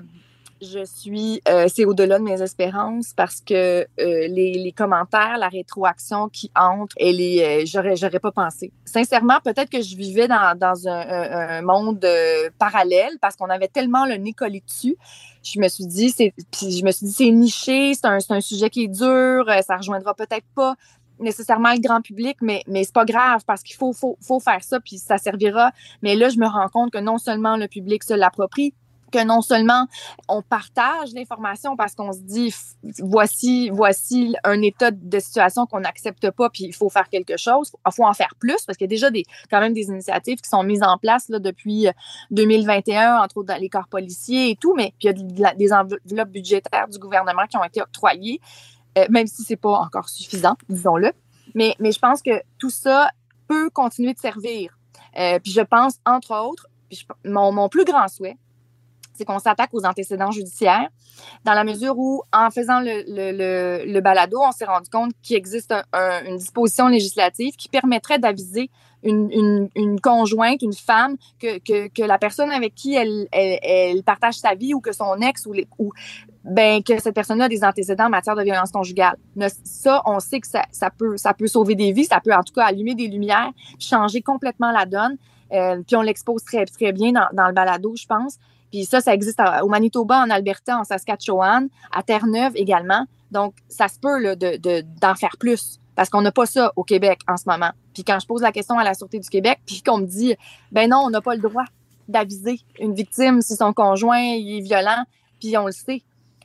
S9: c'est au-delà de mes espérances parce que les commentaires, la rétroaction qui entre, j'aurais pas pensé. Sincèrement, peut-être que je vivais dans un monde parallèle parce qu'on avait tellement le nez collé dessus. Je me suis dit, c'est niché, c'est un sujet qui est dur, ça rejoindra peut-être pas nécessairement le grand public, mais c'est pas grave parce qu'il faut faire ça puis ça servira. Mais là, je me rends compte que non seulement le public se l'approprie, que non seulement on partage l'information parce qu'on se dit voici un état de situation qu'on n'accepte pas puis il faut faire quelque chose, il faut en faire plus parce qu'il y a déjà quand même des initiatives qui sont mises en place là, depuis 2021, entre autres dans les corps policiers et tout, mais puis il y a des enveloppes budgétaires du gouvernement qui ont été octroyées, même si c'est pas encore suffisant, disons-le. Mais je pense que tout ça peut continuer de servir. Puis je pense, entre autres, mon plus grand souhait, c'est qu'on s'attaque aux antécédents judiciaires, dans la mesure où, en faisant le balado, on s'est rendu compte qu'il existe une disposition législative qui permettrait d'aviser une conjointe, une femme, que la personne avec qui elle partage sa vie ou que son ex que cette personne-là a des antécédents en matière de violence conjugale. Ça, on sait que ça peut sauver des vies, ça peut en tout cas allumer des lumières, changer complètement la donne. Puis on l'expose très, très bien dans le balado, je pense. Puis ça existe au Manitoba, en Alberta, en Saskatchewan, à Terre-Neuve également. Donc, ça se peut là, d'en faire plus parce qu'on n'a pas ça au Québec en ce moment. Puis quand je pose la question à la Sûreté du Québec, puis qu'on me dit « Ben non, on n'a pas le droit d'aviser une victime si son conjoint il est violent, puis on le sait. »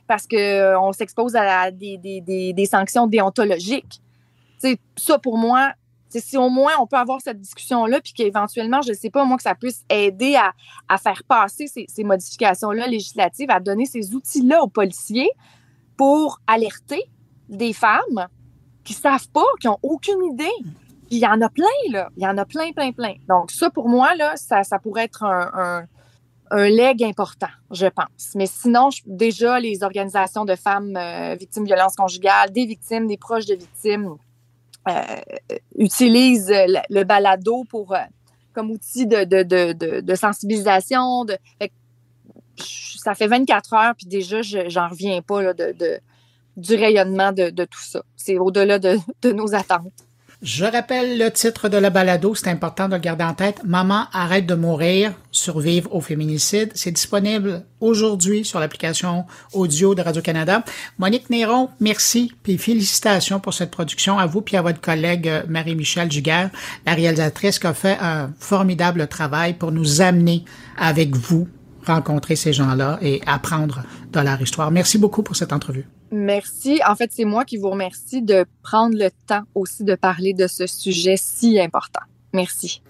S9: parce qu'on s'expose à des sanctions déontologiques. T'sais, ça, pour moi, si au moins on peut avoir cette discussion-là, puis qu'éventuellement, je ne sais pas, moi, que ça puisse aider à faire passer ces modifications-là législatives, à donner ces outils-là aux policiers pour alerter des femmes qui ne savent pas, qui n'ont aucune idée. Puis il y en a plein, là. Il y en a plein. Donc, ça, pour moi, là, ça pourrait être un leg important, je pense. Mais sinon, déjà, les organisations de femmes victimes de violences conjugales, des victimes, des proches de victimes, utilisent le balado comme outil de sensibilisation. Ça fait 24 heures, puis déjà, j'en reviens pas là, du rayonnement de tout ça. C'est au-delà de nos attentes.
S1: Je rappelle le titre de la balado, c'est important de le garder en tête. Maman arrête de mourir, survivre au féminicide. C'est disponible aujourd'hui sur l'application audio de Radio-Canada. Monique Néron, merci puis félicitations pour cette production à vous puis à votre collègue Marie-Michèle Giguère, la réalisatrice qui a fait un formidable travail pour nous amener avec vous, rencontrer ces gens-là et apprendre de leur histoire. Merci beaucoup pour cette entrevue.
S9: Merci. En fait, c'est moi qui vous remercie de prendre le temps aussi de parler de ce sujet si important. Merci.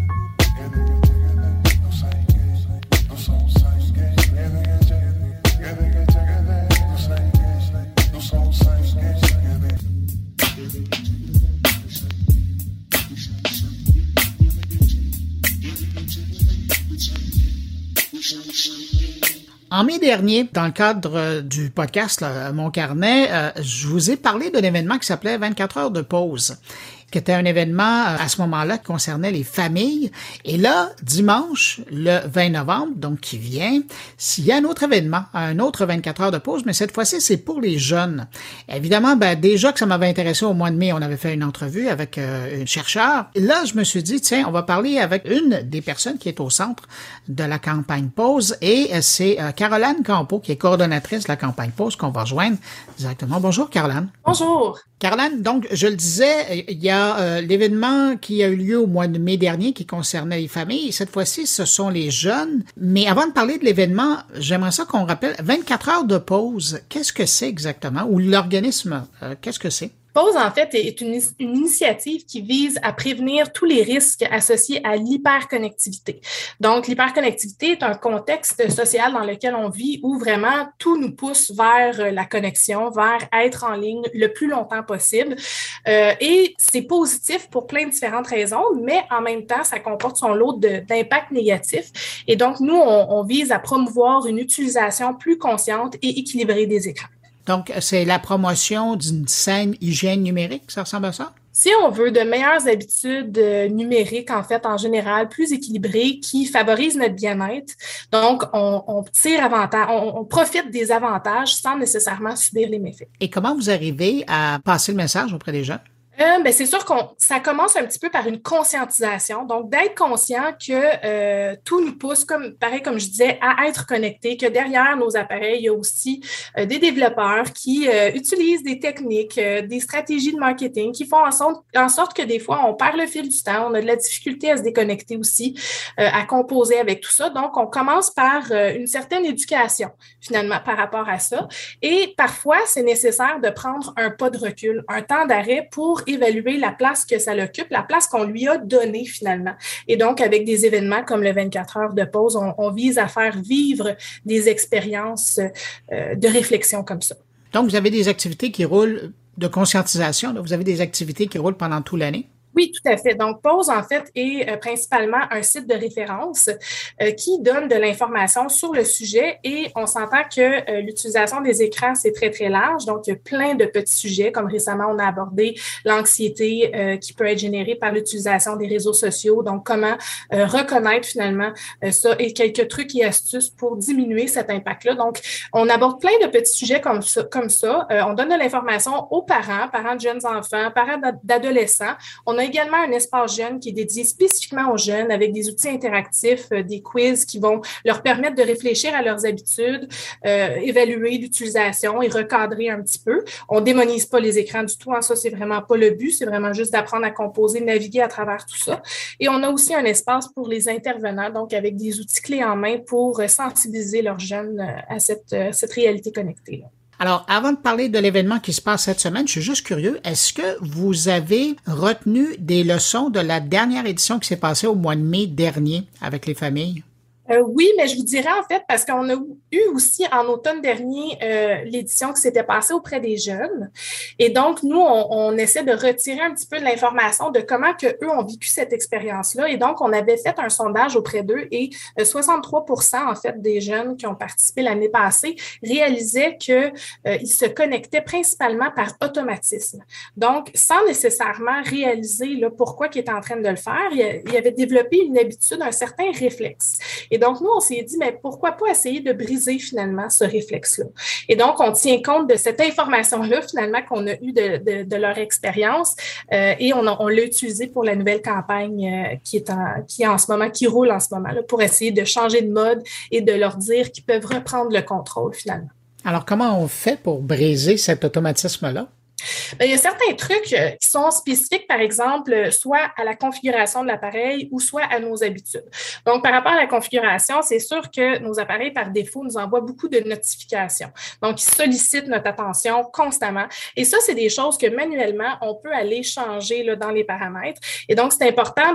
S1: En mai dernier, dans le cadre du podcast Mon Carnet, je vous ai parlé d'un événement qui s'appelait 24 heures de pause, qui était un événement à ce moment-là qui concernait les familles. Et là, dimanche, le 20 novembre, donc qui vient, il y a un autre événement, un autre 24 heures de pause, mais cette fois-ci, c'est pour les jeunes. Évidemment, déjà que ça m'avait intéressé au mois de mai, on avait fait une entrevue avec un chercheur. Et là, je me suis dit, tiens, on va parler avec une des personnes qui est au centre de la campagne Pause, et c'est Caroline Campeau, qui est coordonnatrice de la campagne Pause, qu'on va rejoindre directement. Bonjour, Caroline.
S2: Bonjour.
S1: Caroline, donc, je le disais, il y a l'événement qui a eu lieu au mois de mai dernier qui concernait les familles. Cette fois-ci, ce sont les jeunes. Mais avant de parler de l'événement, j'aimerais ça qu'on rappelle 24 heures de pause. Qu'est-ce que c'est exactement? Ou l'organisme, qu'est-ce que c'est?
S10: Pause, en fait, est une initiative qui vise à prévenir tous les risques associés à l'hyperconnectivité. Donc, l'hyperconnectivité est un contexte social dans lequel on vit où vraiment tout nous pousse vers la connexion, vers être en ligne le plus longtemps possible. Et c'est positif pour plein de différentes raisons, mais en même temps, ça comporte son lot d'impacts négatifs. Et donc, nous, on vise à promouvoir une utilisation plus consciente et équilibrée des écrans.
S1: Donc, c'est la promotion d'une saine hygiène numérique, ça ressemble à ça?
S10: Si on veut de meilleures habitudes numériques, en fait, en général, plus équilibrées, qui favorisent notre bien-être, donc on tire avantage, on profite des avantages sans nécessairement subir les méfaits.
S1: Et comment vous arrivez à passer le message auprès des gens?
S10: C'est sûr ça commence un petit peu par une conscientisation, donc d'être conscient que tout nous pousse, comme je disais, à être connectés, que derrière nos appareils, il y a aussi des développeurs qui utilisent des techniques, des stratégies de marketing qui font en sorte que des fois, on perd le fil du temps, on a de la difficulté à se déconnecter aussi, à composer avec tout ça. Donc, on commence par une certaine éducation, finalement, par rapport à ça. Et parfois, c'est nécessaire de prendre un pas de recul, un temps d'arrêt pour évaluer la place que ça l'occupe, la place qu'on lui a donnée finalement. Et donc, avec des événements comme le 24 heures de pause, on vise à faire vivre des expériences de réflexion comme ça.
S1: Donc, vous avez des activités qui roulent de conscientisation, là. Vous avez des activités qui roulent pendant toute l'année?
S10: Oui, tout à fait. Donc, Pause, en fait, est principalement un site de référence qui donne de l'information sur le sujet et on s'entend que l'utilisation des écrans, c'est très, très large. Donc, il y a plein de petits sujets, comme récemment, on a abordé l'anxiété qui peut être générée par l'utilisation des réseaux sociaux. Donc, comment reconnaître finalement ça et quelques trucs et astuces pour diminuer cet impact-là. Donc, on aborde plein de petits sujets comme ça. On donne de l'information aux parents de jeunes enfants, parents d'adolescents. On a également un espace jeune qui est dédié spécifiquement aux jeunes avec des outils interactifs, des quiz qui vont leur permettre de réfléchir à leurs habitudes, évaluer l'utilisation et recadrer un petit peu. On démonise pas les écrans du tout, hein, ça c'est vraiment pas le but, c'est vraiment juste d'apprendre à composer, naviguer à travers tout ça. Et on a aussi un espace pour les intervenants, donc avec des outils clés en main pour sensibiliser leurs jeunes à cette réalité connectée-là.
S1: Alors, avant de parler de l'événement qui se passe cette semaine, je suis juste curieux, est-ce que vous avez retenu des leçons de la dernière édition qui s'est passée au mois de mai dernier avec les familles?
S10: Oui, mais je vous dirais en fait, parce qu'on a eu aussi en automne dernier l'édition qui s'était passée auprès des jeunes. Et donc, nous, on essaie de retirer un petit peu de l'information de comment que eux ont vécu cette expérience-là. Et donc, on avait fait un sondage auprès d'eux et 63% en fait des jeunes qui ont participé l'année passée réalisaient qu'ils se connectaient principalement par automatisme. Donc, sans nécessairement réaliser là, pourquoi ils étaient en train de le faire, ils avaient développé une habitude, un certain réflexe. Et donc, nous, on s'est dit, mais pourquoi pas essayer de briser finalement ce réflexe-là? Et donc, on tient compte de cette information-là finalement qu'on a eue de leur expérience et on l'a utilisé pour la nouvelle campagne qui roule en ce moment, là, pour essayer de changer de mode et de leur dire qu'ils peuvent reprendre le contrôle finalement.
S1: Alors, comment on fait pour briser cet automatisme-là?
S10: Bien, il y a certains trucs qui sont spécifiques, par exemple, soit à la configuration de l'appareil ou soit à nos habitudes. Donc, par rapport à la configuration, c'est sûr que nos appareils, par défaut, nous envoient beaucoup de notifications. Donc, ils sollicitent notre attention constamment. Et ça, c'est des choses que manuellement, on peut aller changer là, dans les paramètres. Et donc, c'est important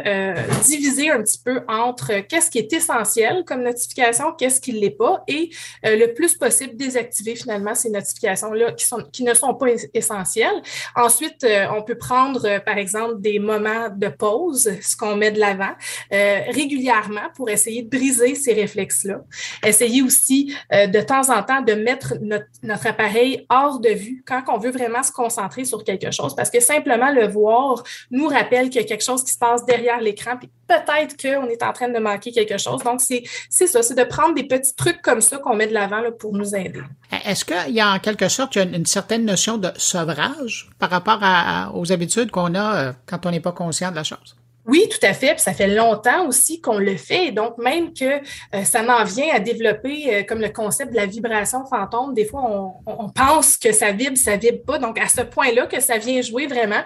S10: de diviser un petit peu entre qu'est-ce qui est essentiel comme notification, qu'est-ce qui ne l'est pas, et le plus possible désactiver finalement ces notifications-là qui ne sont pas essentiel. Ensuite, on peut prendre, par exemple, des moments de pause, ce qu'on met de l'avant, régulièrement pour essayer de briser ces réflexes-là. Essayer aussi, de temps en temps, de mettre notre appareil hors de vue quand on veut vraiment se concentrer sur quelque chose, parce que simplement le voir nous rappelle qu'il y a quelque chose qui se passe derrière l'écran, puis peut-être qu'on est en train de manquer quelque chose. Donc, c'est ça, c'est de prendre des petits trucs comme ça qu'on met de l'avant là, pour nous aider.
S1: Est-ce qu'il y a en quelque sorte une certaine notion de sevrage par rapport aux habitudes qu'on a quand on n'est pas conscient de la chose?
S10: Oui, tout à fait. Puis ça fait longtemps aussi qu'on le fait. Et donc, même que ça m'en vient à développer comme le concept de la vibration fantôme. Des fois, on pense que ça vibre pas. Donc, à ce point-là que ça vient jouer vraiment.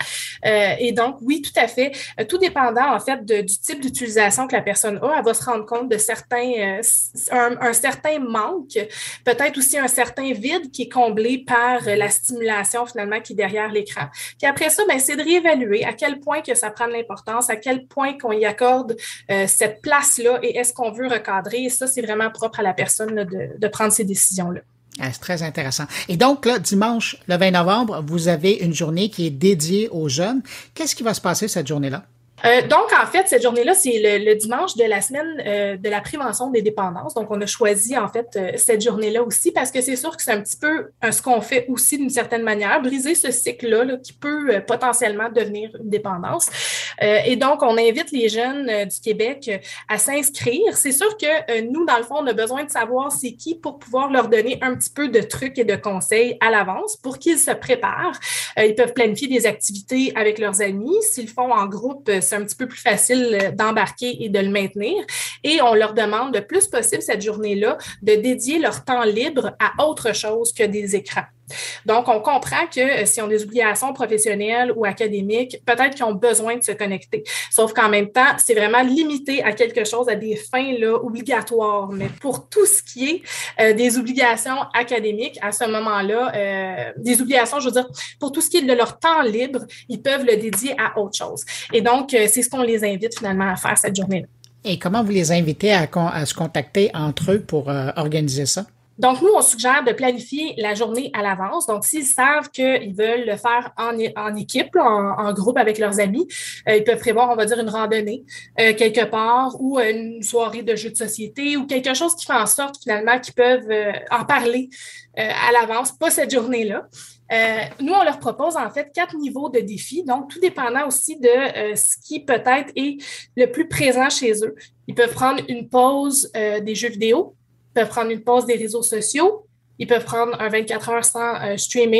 S10: Et donc, oui, tout à fait. Tout dépendant, en fait, du type d'utilisation que la personne a, elle va se rendre compte de certains, un certain manque, peut-être aussi un certain vide qui est comblé par la stimulation, finalement, qui est derrière l'écran. Puis après ça, ben, c'est de réévaluer à quel point que ça prend de l'importance, à quel point qu'on y accorde cette place-là et est-ce qu'on veut recadrer. Et ça, c'est vraiment propre à la personne là, de prendre ces décisions-là.
S1: Ah, c'est très intéressant. Et donc, là, dimanche, le 20 novembre, vous avez une journée qui est dédiée aux jeunes. Qu'est-ce qui va se passer cette journée-là?
S10: Donc, en fait, cette journée-là, c'est le dimanche de la semaine de la prévention des dépendances. Donc, on a choisi, en fait, cette journée-là aussi parce que c'est sûr que c'est un petit peu ce qu'on fait aussi d'une certaine manière, briser ce cycle-là là, qui peut potentiellement devenir une dépendance. Et donc, on invite les jeunes du Québec à s'inscrire. C'est sûr que nous, dans le fond, on a besoin de savoir c'est qui pour pouvoir leur donner un petit peu de trucs et de conseils à l'avance pour qu'ils se préparent. Ils peuvent planifier des activités avec leurs amis. S'ils le font en groupe, c'est un petit peu plus facile d'embarquer et de le maintenir. Et on leur demande le plus possible cette journée-là de dédier leur temps libre à autre chose que des écrans. Donc, on comprend que s'ils ont des obligations professionnelles ou académiques, peut-être qu'ils ont besoin de se connecter. Sauf qu'en même temps, c'est vraiment limité à quelque chose, à des fins là, obligatoires. Mais pour tout ce qui est des obligations académiques, à ce moment-là, des obligations, je veux dire, pour tout ce qui est de leur temps libre, ils peuvent le dédier à autre chose. Et donc, c'est ce qu'on les invite finalement à faire cette journée-là.
S1: Et comment vous les invitez à se contacter entre eux pour organiser ça?
S10: Donc, nous, on suggère de planifier la journée à l'avance. Donc, s'ils savent qu'ils veulent le faire en équipe, en groupe avec leurs amis, ils peuvent prévoir, on va dire, une randonnée quelque part ou une soirée de jeux de société ou quelque chose qui fait en sorte, finalement, qu'ils peuvent en parler à l'avance, pas cette journée-là. Nous, on leur propose en fait 4 niveaux de défis, donc tout dépendant aussi de ce qui peut-être est le plus présent chez eux. Ils peuvent prendre une pause des jeux vidéo, ils peuvent prendre une pause des réseaux sociaux, ils peuvent prendre un 24 heures sans streaming,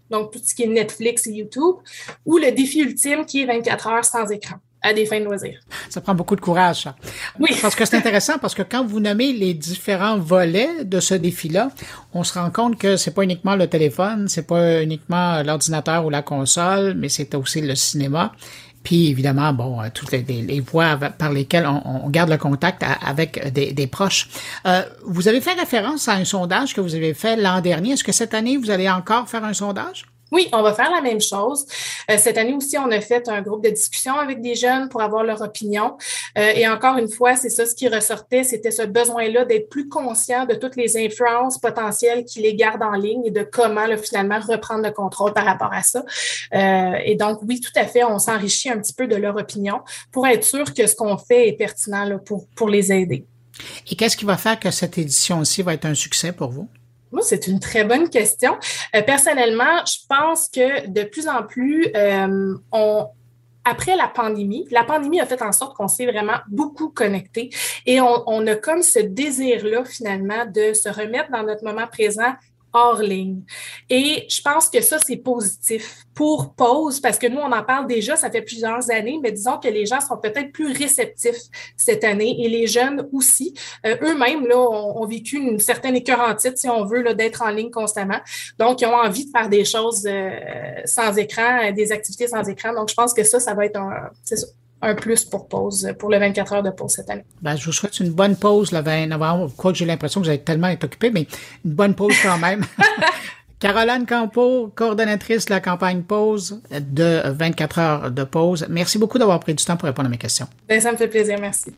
S10: donc tout ce qui est Netflix et YouTube, ou le défi ultime qui est 24 heures sans écran à des fins de loisirs.
S1: Ça prend beaucoup de courage, ça.
S10: Oui.
S1: Parce que c'est intéressant, parce que quand vous nommez les différents volets de ce défi-là, on se rend compte que c'est pas uniquement le téléphone, c'est pas uniquement l'ordinateur ou la console, mais c'est aussi le cinéma. Puis évidemment, bon, toutes les voies par lesquelles on garde le contact avec des proches. Vous avez fait référence à un sondage que vous avez fait l'an dernier. Est-ce que cette année, vous allez encore faire un sondage?
S10: Oui, on va faire la même chose. Cette année aussi, on a fait un groupe de discussion avec des jeunes pour avoir leur opinion. Et encore une fois, c'est ça ce qui ressortait, c'était ce besoin-là d'être plus conscient de toutes les influences potentielles qui les gardent en ligne et de comment là, finalement reprendre le contrôle par rapport à ça. Et donc, oui, tout à fait, on s'enrichit un petit peu de leur opinion pour être sûr que ce qu'on fait est pertinent là, pour les aider.
S1: Et qu'est-ce qui va faire que cette édition-ci va être un succès pour vous?
S10: Moi, c'est une très bonne question. Personnellement, je pense que de plus en plus, après la pandémie a fait en sorte qu'on s'est vraiment beaucoup connectés et on a comme ce désir-là, finalement, de se remettre dans notre moment présent hors ligne. Et je pense que ça, c'est positif pour Pause, parce que nous, on en parle déjà, ça fait plusieurs années, mais disons que les gens sont peut-être plus réceptifs cette année et les jeunes aussi. Eux-mêmes, là, ont vécu une certaine écœurantite, si on veut, là, d'être en ligne constamment. Donc, ils ont envie de faire des choses sans écran, des activités sans écran. Donc, je pense que ça va être un plus pour Pause, pour le 24 heures de Pause cette année.
S1: Ben, je vous souhaite une bonne pause le 20 novembre, quoique j'ai l'impression que vous allez tellement être occupé, mais une bonne pause quand même. Caroline Campeau, coordonnatrice de la campagne Pause de 24 heures de Pause. Merci beaucoup d'avoir pris du temps pour répondre à mes questions.
S10: Ben, ça me fait plaisir, merci.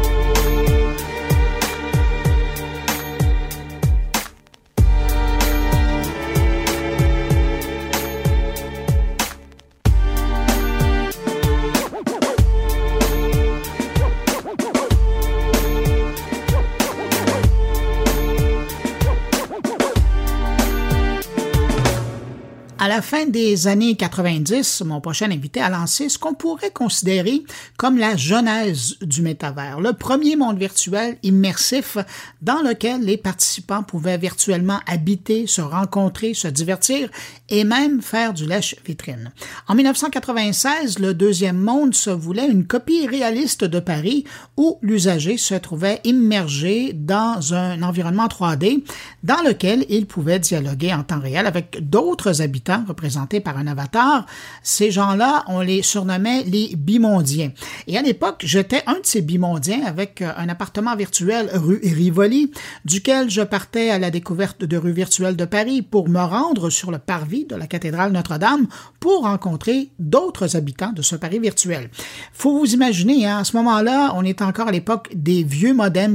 S1: À la fin des années 90, mon prochain invité a lancé ce qu'on pourrait considérer comme la genèse du métavers, le premier monde virtuel immersif dans lequel les participants pouvaient virtuellement habiter, se rencontrer, se divertir et même faire du lèche-vitrine. En 1996, le deuxième monde se voulait une copie réaliste de Paris où l'usager se trouvait immergé dans un environnement 3D dans lequel il pouvait dialoguer en temps réel avec d'autres habitants représentés par un avatar. Ces gens-là, on les surnommait les bimondiens. Et à l'époque, j'étais un de ces bimondiens avec un appartement virtuel rue Rivoli, duquel je partais à la découverte de rues virtuelles de Paris pour me rendre sur le parvis de la cathédrale Notre-Dame pour rencontrer d'autres habitants de ce Paris virtuel. Faut vous imaginer, hein, à ce moment-là, on est encore à l'époque des vieux modems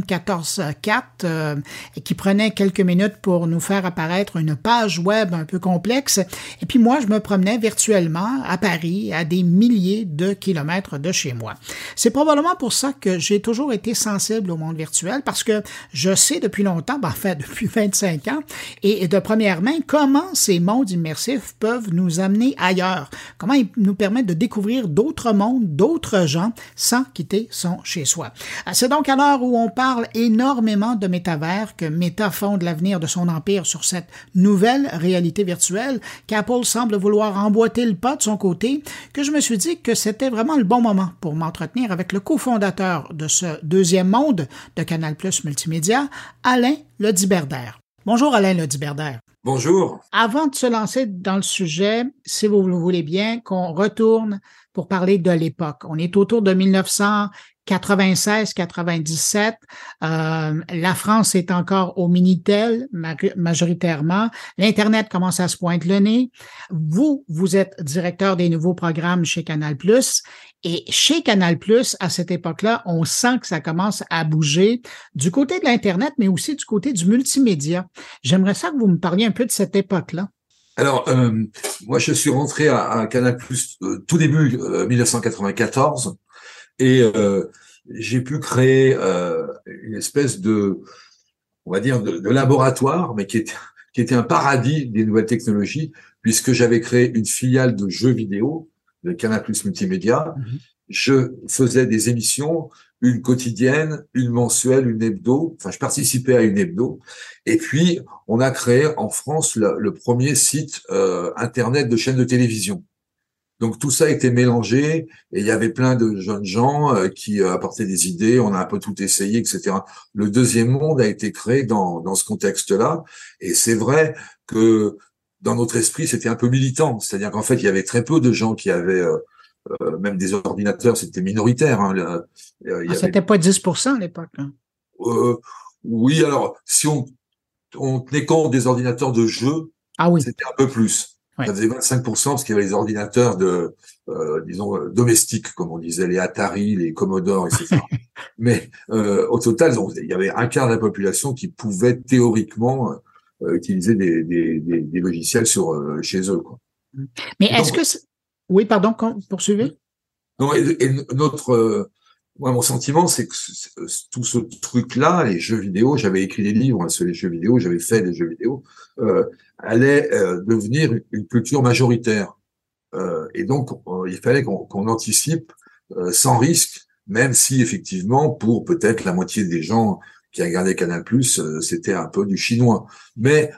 S1: 14.4 qui prenaient quelques minutes pour nous faire apparaître une page web un peu complexe. Et puis moi, je me promenais virtuellement à Paris, à des milliers de kilomètres de chez moi. C'est probablement pour ça que j'ai toujours été sensible au monde virtuel, parce que je sais depuis longtemps, en fait depuis 25 ans, et de première main, comment ces mondes immersifs peuvent nous amener ailleurs, comment ils nous permettent de découvrir d'autres mondes, d'autres gens, sans quitter son chez-soi. C'est donc à l'heure où on parle énormément de métavers, que Meta fonde l'avenir de son empire sur cette nouvelle réalité virtuelle, qu'Apple semble vouloir emboîter le pas de son côté, que je me suis dit que c'était vraiment le bon moment pour m'entretenir avec le cofondateur de ce deuxième monde de Canal+ Multimédia, Alain Lediberder. Bonjour Alain Lediberder.
S11: Bonjour.
S1: Avant de se lancer dans le sujet, si vous le voulez bien, qu'on retourne pour parler de l'époque. On est autour de 1996-97. La France est encore au Minitel majoritairement. L'Internet commence à se pointer le nez. Vous êtes directeur des nouveaux programmes chez Canal+. Et chez Canal+, à cette époque-là, on sent que ça commence à bouger du côté de l'Internet, mais aussi du côté du multimédia. J'aimerais ça que vous me parliez un peu de cette époque-là.
S11: Alors, moi, je suis rentré à Canal+ tout début 1994 et j'ai pu créer une espèce de, on va dire, de laboratoire, mais qui était un paradis des nouvelles technologies, puisque j'avais créé une filiale de jeux vidéo de Canal+ Multimédia. Je faisais des émissions une quotidienne, une mensuelle, une hebdo. Enfin, je participais à une hebdo. Et puis, on a créé en France le premier site internet de chaîne de télévision. Donc tout ça a été mélangé et il y avait plein de jeunes gens qui apportaient des idées. On a un peu tout essayé, etc. Le deuxième monde a été créé dans ce contexte-là. Et c'est vrai que dans notre esprit, c'était un peu militant. C'est-à-dire qu'en fait, il y avait très peu de gens qui avaient même des ordinateurs. C'était minoritaire. Hein.
S1: C'était pas 10% à l'époque. Hein.
S11: Oui, alors si on tenait compte des ordinateurs de jeu, c'était un peu plus. Ouais. Ça faisait 25% parce qu'il y avait les ordinateurs disons, domestiques, comme on disait, les Atari, les Commodore, etc. Mais au total, il y avait un quart de la population qui pouvait théoriquement utiliser des logiciels chez eux. Quoi.
S1: Mais est-ce que... Oui, pardon, poursuivez.
S11: Non, et moi, mon sentiment, c'est que tout ce truc-là, les jeux vidéo, j'avais écrit des livres sur les jeux vidéo, j'avais fait des jeux vidéo, allait devenir une culture majoritaire. Et donc, il fallait qu'on anticipe sans risque, même si effectivement, pour peut-être la moitié des gens qui regardaient Canal+, c'était un peu du chinois. Mais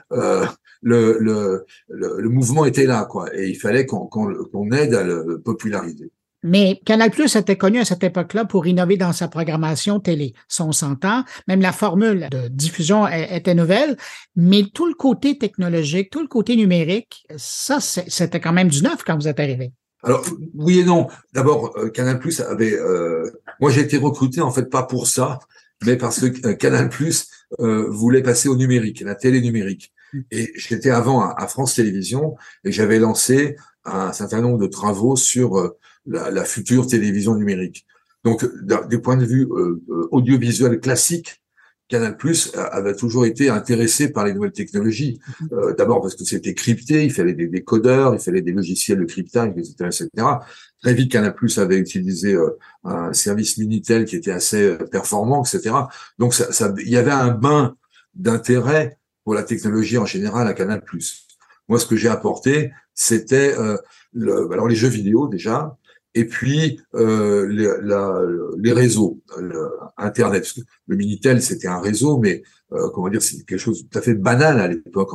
S11: le mouvement était là, quoi, et il fallait qu'on aide à le populariser.
S1: Mais Canal+ était connu à cette époque-là pour innover dans sa programmation télé. Ça, on s'entend. Même la formule de diffusion était nouvelle. Mais tout le côté technologique, tout le côté numérique, ça, c'était quand même du neuf quand vous êtes arrivé.
S11: Alors, oui et non. D'abord, Canal+ avait... moi, j'ai été recruté, en fait, pas pour ça, mais parce que Canal+ voulait passer au numérique, la télé numérique. Et j'étais avant à France Télévisions et j'avais lancé un certain nombre de travaux sur... la future télévision numérique. Donc, du point de vue audiovisuel classique, Canal+ avait toujours été intéressé par les nouvelles technologies. D'abord parce que c'était crypté, il fallait des décodeurs, il fallait des logiciels de cryptage, etc. Très vite, Canal+ avait utilisé un service Minitel qui était assez performant, etc. Donc, il y avait un bain d'intérêt pour la technologie en général à Canal+. Moi, ce que j'ai apporté, c'était alors les jeux vidéo déjà, et puis les réseaux, Internet. Parce que le Minitel, c'était un réseau, mais comment dire, c'est quelque chose de tout à fait banal à l'époque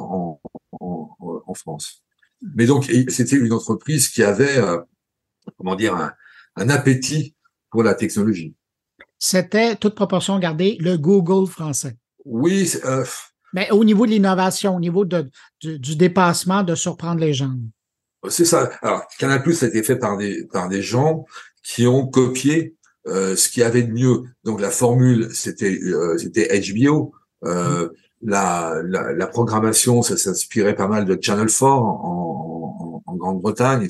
S11: en France. Mais donc, c'était une entreprise qui avait, comment dire, un appétit pour la technologie.
S1: C'était, toute proportion gardée, le Google français.
S11: Oui.
S1: Mais au niveau de l'innovation, au niveau du dépassement, de surprendre les gens.
S11: C'est ça. Alors, Canal+ a été fait par des gens qui ont copié ce qu'il y avait de mieux. Donc la formule, c'était HBO. La programmation, ça s'inspirait pas mal de Channel 4 en Grande-Bretagne.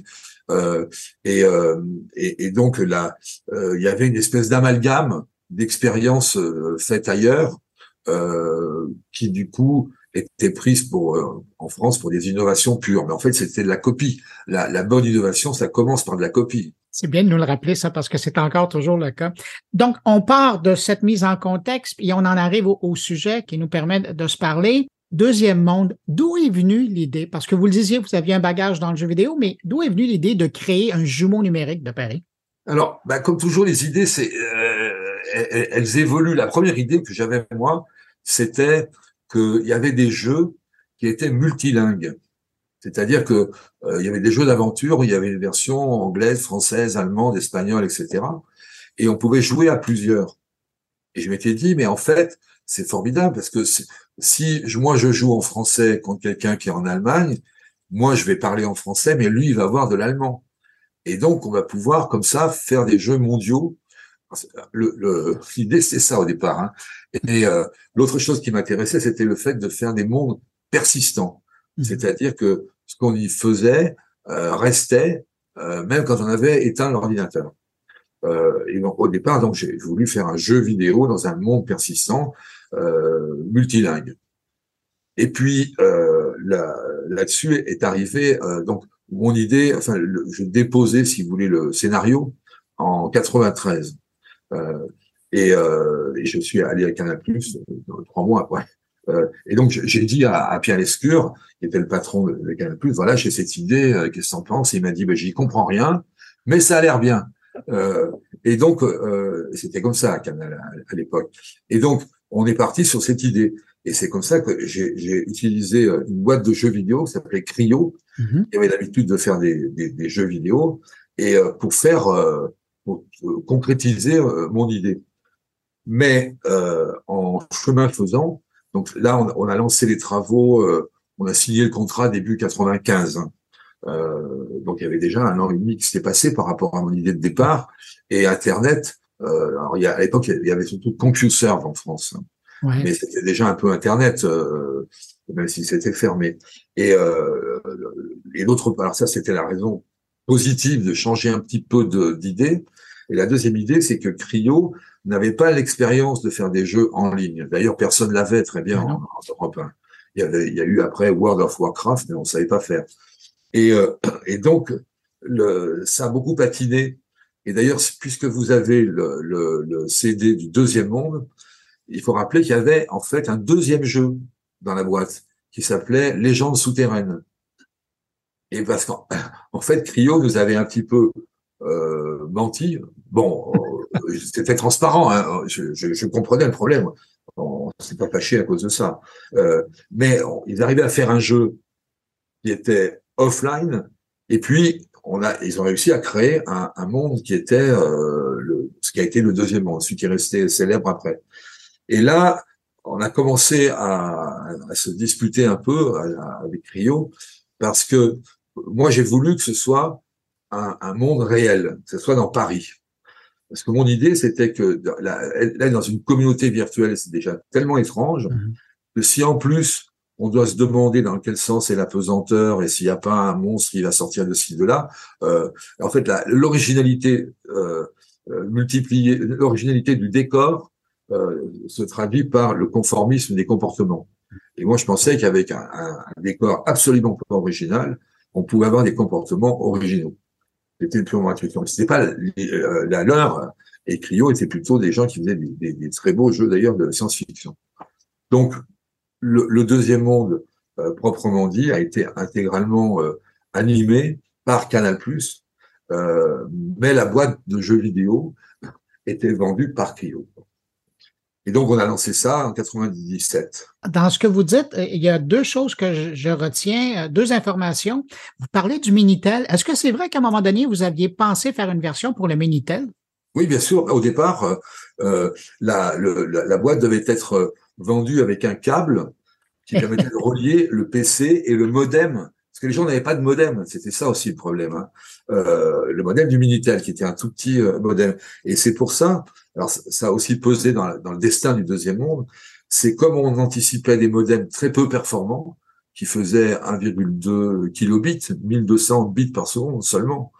S11: Et donc il y avait une espèce d'amalgame d'expériences faites ailleurs qui du coup était prise en France pour des innovations pures. Mais en fait, c'était de la copie. La bonne innovation, ça commence par de la copie.
S1: C'est bien de nous le rappeler, ça, parce que c'est encore toujours le cas. Donc, on part de cette mise en contexte et on en arrive au sujet qui nous permet de se parler. Deuxième monde, d'où est venue l'idée? Parce que vous le disiez, vous aviez un bagage dans le jeu vidéo, mais d'où est venue l'idée de créer un jumeau numérique de Paris?
S11: Alors, comme toujours, les idées, elles évoluent. La première idée que j'avais, moi, c'était qu'il y avait des jeux qui étaient multilingues. C'est-à-dire que il y avait des jeux d'aventure où il y avait une version anglaise, française, allemande, espagnole, etc. Et on pouvait jouer à plusieurs. Et je m'étais dit, mais en fait, c'est formidable parce que si moi je joue en français contre quelqu'un qui est en Allemagne, moi je vais parler en français, mais lui il va avoir de l'allemand. Et donc on va pouvoir comme ça faire des jeux mondiaux. L'idée c'était ça au départ. Hein. Et l'autre chose qui m'intéressait, c'était le fait de faire des mondes persistants. C'est-à-dire que ce qu'on y faisait restait même quand on avait éteint l'ordinateur. Et donc au départ, donc j'ai voulu faire un jeu vidéo dans un monde persistant multilingue. Et puis là-dessus est arrivé donc mon idée. Enfin, je déposais, si vous voulez, le scénario en 93. Et je suis allé à Canal+ 3 mois après. Et donc j'ai dit à Pierre Lescure, qui était le patron de Canal+, voilà, j'ai cette idée, qu'est-ce que t'en penses? Et il m'a dit, j'y comprends rien, mais ça a l'air bien. Et donc, c'était comme ça à Canal à l'époque. Et donc, on est parti sur cette idée. Et c'est comme ça que j'ai utilisé une boîte de jeux vidéo qui s'appelait Cryo, qui avait l'habitude de faire des jeux vidéo, et pour concrétiser mon idée. Mais en chemin faisant, donc là, on a lancé les travaux, on a signé le contrat début 95. Donc il y avait déjà 1 an et demi qui s'était passé par rapport à mon idée de départ. Et Internet, alors à l'époque, il y avait surtout CompuServe en France. Ouais. Mais c'était déjà un peu Internet, même si c'était fermé. Et l'autre, alors ça, c'était la raison positive de changer un petit peu d'idée. Et la deuxième idée, c'est que Cryo n'avait pas l'expérience de faire des jeux en ligne. D'ailleurs, personne l'avait très bien en Europe 1. Il y a eu après World of Warcraft, mais on savait pas faire. Et donc, ça a beaucoup patiné. Et d'ailleurs, puisque vous avez le CD du Deuxième Monde, il faut rappeler qu'il y avait en fait un deuxième jeu dans la boîte qui s'appelait Légendes souterraines. Et parce qu'en fait, Cryo nous avait un petit peu menti. Bon, c'était transparent, hein. Je comprenais le problème. On s'est pas fâché à cause de ça. Mais ils arrivaient à faire un jeu qui était offline, et puis ils ont réussi à créer un monde qui était ce qui a été le Deuxième Monde, celui qui est resté célèbre après. Et là, on a commencé à se disputer un peu avec Cryo, parce que moi, j'ai voulu que ce soit un monde réel, que ce soit dans Paris. Parce que mon idée, c'était que là, dans une communauté virtuelle, c'est déjà tellement étrange que si en plus, on doit se demander dans quel sens est la pesanteur et s'il n'y a pas un monstre qui va sortir de ci, de là, en fait, l'originalité multipliée, l'originalité du décor se traduit par le conformisme des comportements. Et moi, je pensais qu'avec un décor absolument pas original, on pouvait avoir des comportements originaux. C'était purement intuition. C'était pas la leur, et Cryo étaient plutôt des gens qui faisaient des très beaux jeux d'ailleurs de science-fiction. Donc, le Deuxième Monde, proprement dit, a été intégralement animé par Canal+, mais la boîte de jeux vidéo était vendue par Cryo. Et donc, on a lancé ça en 97.
S1: Dans ce que vous dites, il y a deux choses que je retiens, deux informations. Vous parlez du Minitel. Est-ce que c'est vrai qu'à un moment donné, vous aviez pensé faire une version pour le Minitel?
S11: Oui, bien sûr. Au départ, la boîte devait être vendue avec un câble qui permettait de relier le PC et le modem. Parce que les gens n'avaient pas de modem. C'était ça aussi le problème. Hein. Le modem du Minitel, qui était un tout petit modem. Et c'est pour ça, alors ça a aussi pesé dans le destin du Deuxième Monde, c'est comme on anticipait des modems très peu performants, qui faisaient 1,2 kilobits, 1200 bits par seconde seulement,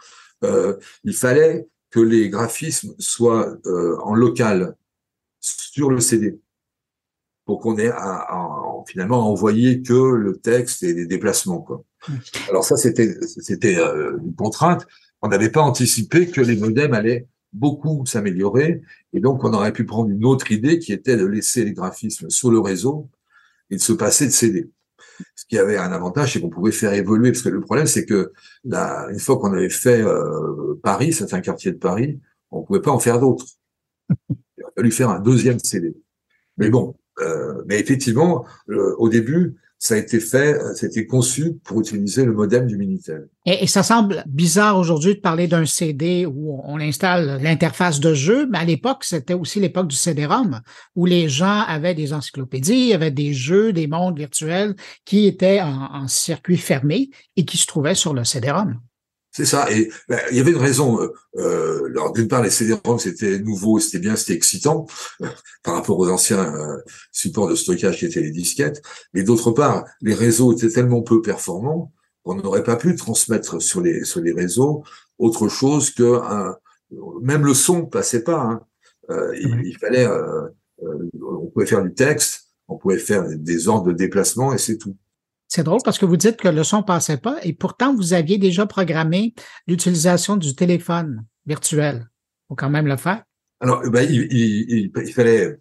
S11: il fallait que les graphismes soient en local, sur le CD, pour qu'on ait finalement à envoyer que le texte et les déplacements, quoi. Alors ça, c'était une contrainte. On n'avait pas anticipé que les modems allaient beaucoup s'améliorer, et donc on aurait pu prendre une autre idée qui était de laisser les graphismes sur le réseau et de se passer de CD. Ce qui avait un avantage, c'est qu'on pouvait faire évoluer, parce que le problème, c'est que une fois qu'on avait fait Paris, certains quartiers de Paris, on pouvait pas en faire d'autres. Il a fallu faire un deuxième CD. Mais bon, mais effectivement, au début, ça a été fait, c'était conçu pour utiliser le modem du Minitel.
S1: Et ça semble bizarre aujourd'hui de parler d'un CD où on installe l'interface de jeu, mais à l'époque, c'était aussi l'époque du CD-ROM, où les gens avaient des encyclopédies, avaient des jeux, des mondes virtuels qui étaient en circuit fermé et qui se trouvaient sur le CD-ROM.
S11: C'est ça. Et il y avait une raison. Alors d'une part, les CD-ROM c'était nouveau, c'était bien, c'était excitant par rapport aux anciens supports de stockage qui étaient les disquettes. Mais d'autre part, les réseaux étaient tellement peu performants qu'on n'aurait pas pu transmettre sur les réseaux autre chose que même le son passait pas. Hein. Il fallait, on pouvait faire du texte, on pouvait faire des ordres de déplacement et c'est tout.
S1: C'est drôle parce que vous dites que le son passait pas et pourtant vous aviez déjà programmé l'utilisation du téléphone virtuel. Faut quand même le faire.
S11: Alors, il fallait,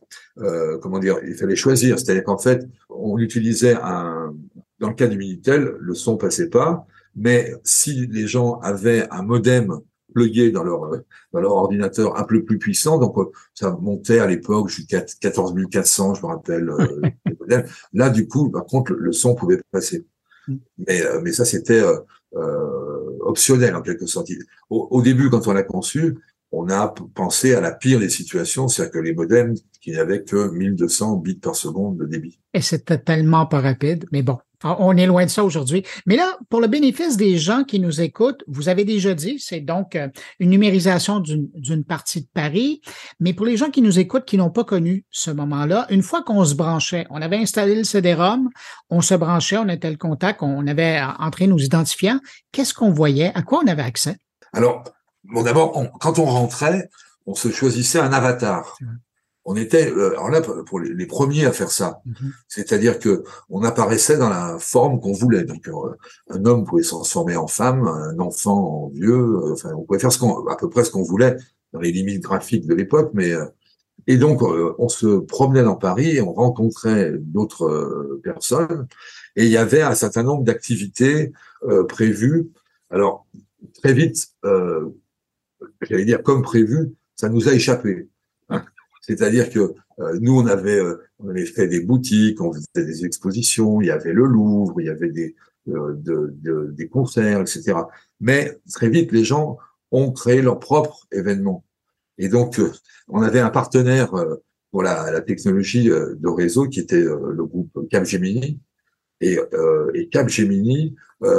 S11: il fallait choisir. C'est-à-dire qu'en fait, on utilisait dans le cas du Minitel, le son passait pas, mais si les gens avaient un modem plugués dans leur ordinateur un peu plus puissant. Donc, ça montait à l'époque jusqu'à 14 400, je me rappelle, les modems. Là, du coup, par contre, le son pouvait passer. Mais ça, c'était optionnel, en quelque sorte. Au début, quand on l'a conçu, on a pensé à la pire des situations, c'est-à-dire que les modems qui n'avaient que 1200 bits par seconde de débit.
S1: Et c'était tellement pas rapide, mais bon, on est loin de ça aujourd'hui. Mais là, pour le bénéfice des gens qui nous écoutent, vous avez déjà dit, c'est donc une numérisation d'une partie de Paris, mais pour les gens qui nous écoutent, qui n'ont pas connu ce moment-là, une fois qu'on se branchait, on avait installé le CD-ROM, on se branchait, on était le contact, on avait entré nos identifiants, qu'est-ce qu'on voyait? À quoi on avait accès?
S11: Alors, bon, d'abord, quand on rentrait, on se choisissait un avatar. On était, alors là, pour les premiers à faire ça. C'est-à-dire que on apparaissait dans la forme qu'on voulait. Donc, un homme pouvait se transformer en femme, un enfant en vieux. Enfin, on pouvait faire à peu près ce qu'on voulait dans les limites graphiques de l'époque. Et donc, on se promenait dans Paris et on rencontrait d'autres personnes. Et il y avait un certain nombre d'activités prévues. Alors, très vite, j'allais dire comme prévu, ça nous a échappé. C'est-à-dire que nous, on avait fait des boutiques, on faisait des expositions, il y avait le Louvre, il y avait des concerts, etc. Mais très vite, les gens ont créé leur propre événement. Et donc, on avait un partenaire pour la technologie de réseau qui était le groupe Capgemini. Et Capgemini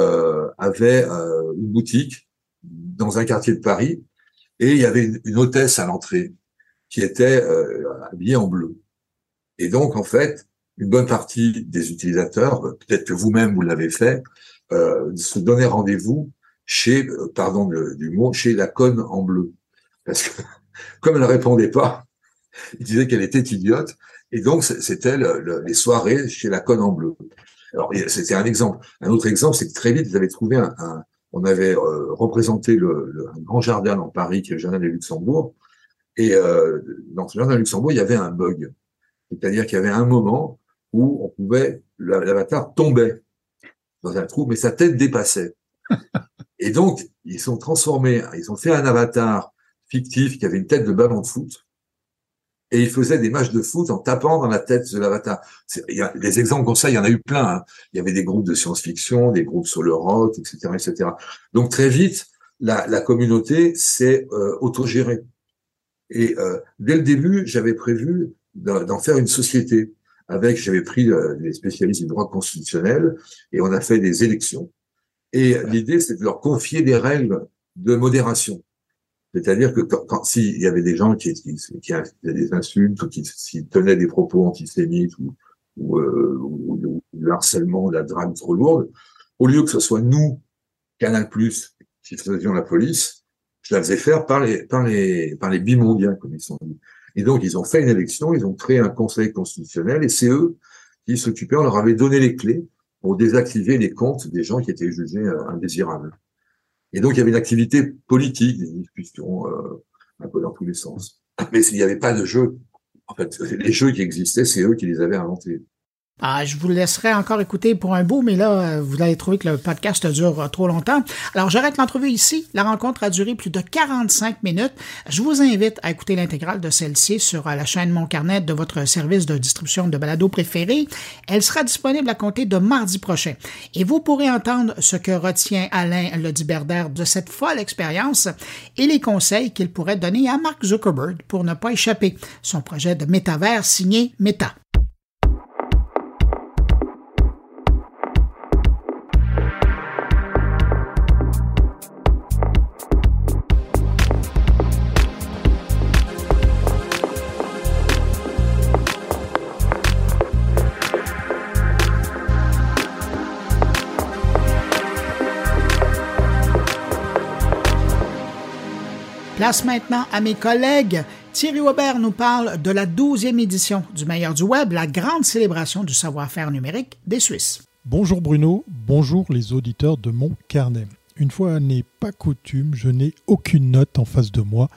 S11: avait une boutique dans un quartier de Paris et il y avait une hôtesse à l'entrée qui était habillée en bleu. Et donc, en fait, une bonne partie des utilisateurs, peut-être que vous-même vous l'avez fait, se donnaient rendez-vous chez, pardon du mot, chez la conne en bleu. Parce que, comme elle ne répondait pas, ils disaient qu'elle était idiote. Et donc, c'était les soirées chez la conne en bleu. Alors, c'était un exemple. Un autre exemple, c'est que très vite, ils avaient trouvé on avait représenté un grand jardin dans Paris, qui est le jardin de Luxembourg. Et dans ce jardin de Luxembourg, il y avait un bug. C'est-à-dire qu'il y avait un moment où l'avatar tombait dans un trou, mais sa tête dépassait. Et donc, ils ont fait un avatar fictif qui avait une tête de ballon de foot. Et ils faisaient des matchs de foot en tapant dans la tête de l'avatar. Il y a des exemples comme ça, il y en a eu plein. Hein. Il y avait des groupes de science-fiction, des groupes sur le rock, etc., etc. Donc très vite, la communauté s'est autogérée. Et dès le début, j'avais prévu d'en faire une société. J'avais pris les spécialistes du droit constitutionnel et on a fait des élections. Et l'idée, c'est de leur confier des règles de modération. C'est-à-dire que s'il y avait des gens qui faisaient des insultes ou qui tenaient des propos antisémites ou le harcèlement, la drague trop lourde, au lieu que ce soit nous, Canal+, qui faisions la police, je la faisais faire par les bimondiens, comme ils sont dit. Et donc, ils ont fait une élection, ils ont créé un conseil constitutionnel et c'est eux qui s'occupaient, on leur avait donné les clés pour désactiver les comptes des gens qui étaient jugés indésirables. Et donc, il y avait une activité politique, des discussions un peu dans tous les sens. Mais il n'y avait pas de jeu. En fait, les jeux qui existaient, c'est eux qui les avaient inventés.
S1: Je vous laisserai encore écouter pour un bout, mais là, vous allez trouver que le podcast dure trop longtemps. Alors, j'arrête l'entrevue ici. La rencontre a duré plus de 45 minutes. Je vous invite à écouter l'intégrale de celle-ci sur la chaîne Mon Carnet de votre service de distribution de balado préféré. Elle sera disponible à compter de mardi prochain. Et vous pourrez entendre ce que retient Alain Lodiberdaire de cette folle expérience et les conseils qu'il pourrait donner à Mark Zuckerberg pour ne pas échapper son projet de métavers signé Meta. Place maintenant à mes collègues. Thierry Weber nous parle de la 12e édition du Meilleur du Web, la grande célébration du savoir-faire numérique des Suisses.
S12: Bonjour Bruno, bonjour les auditeurs de Mon Carnet. Une fois n'est pas coutume, je n'ai aucune note en face de moi.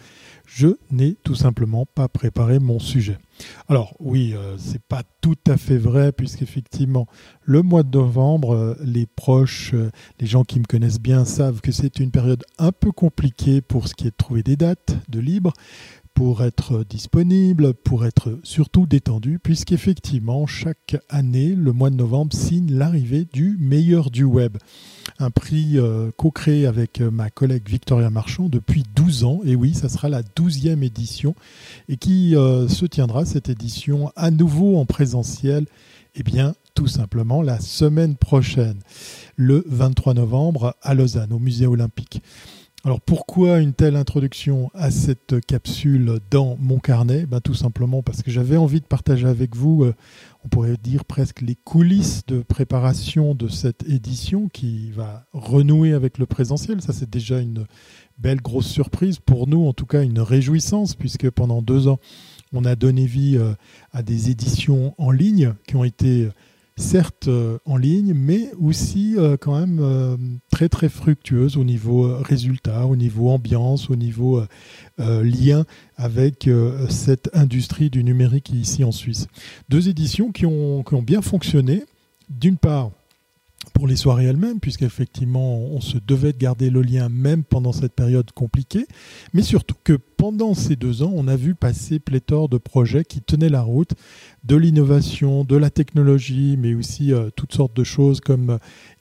S12: je n'ai tout simplement pas préparé mon sujet. Alors oui, c'est pas tout à fait vrai puisqu'effectivement le mois de novembre, les proches, les gens qui me connaissent bien savent que c'est une période un peu compliquée pour ce qui est de trouver des dates de libre, pour être disponible, pour être surtout détendu, puisqu'effectivement, chaque année, le mois de novembre signe l'arrivée du meilleur du web. Un prix co-créé avec ma collègue Victoria Marchand depuis 12 ans, et oui, ça sera la 12e édition, et qui se tiendra, cette édition, à nouveau en présentiel, eh bien, tout simplement la semaine prochaine, le 23 novembre, à Lausanne, au Musée Olympique. Alors pourquoi une telle introduction à cette capsule dans mon carnet ? Tout simplement parce que j'avais envie de partager avec vous, on pourrait dire presque les coulisses de préparation de cette édition qui va renouer avec le présentiel. Ça, c'est déjà une belle grosse surprise pour nous, en tout cas une réjouissance, puisque pendant 2 ans, on a donné vie à des éditions en ligne qui ont été certes en ligne, mais aussi quand même très très fructueuse au niveau résultat, au niveau ambiance, au niveau lien avec cette industrie du numérique ici en Suisse. 2 éditions qui ont bien fonctionné, d'une part pour les soirées elles-mêmes, puisqu'effectivement on se devait de garder le lien même pendant cette période compliquée, mais surtout que pendant ces 2 ans, on a vu passer pléthore de projets qui tenaient la route, de l'innovation, de la technologie, mais aussi toutes sortes de choses comme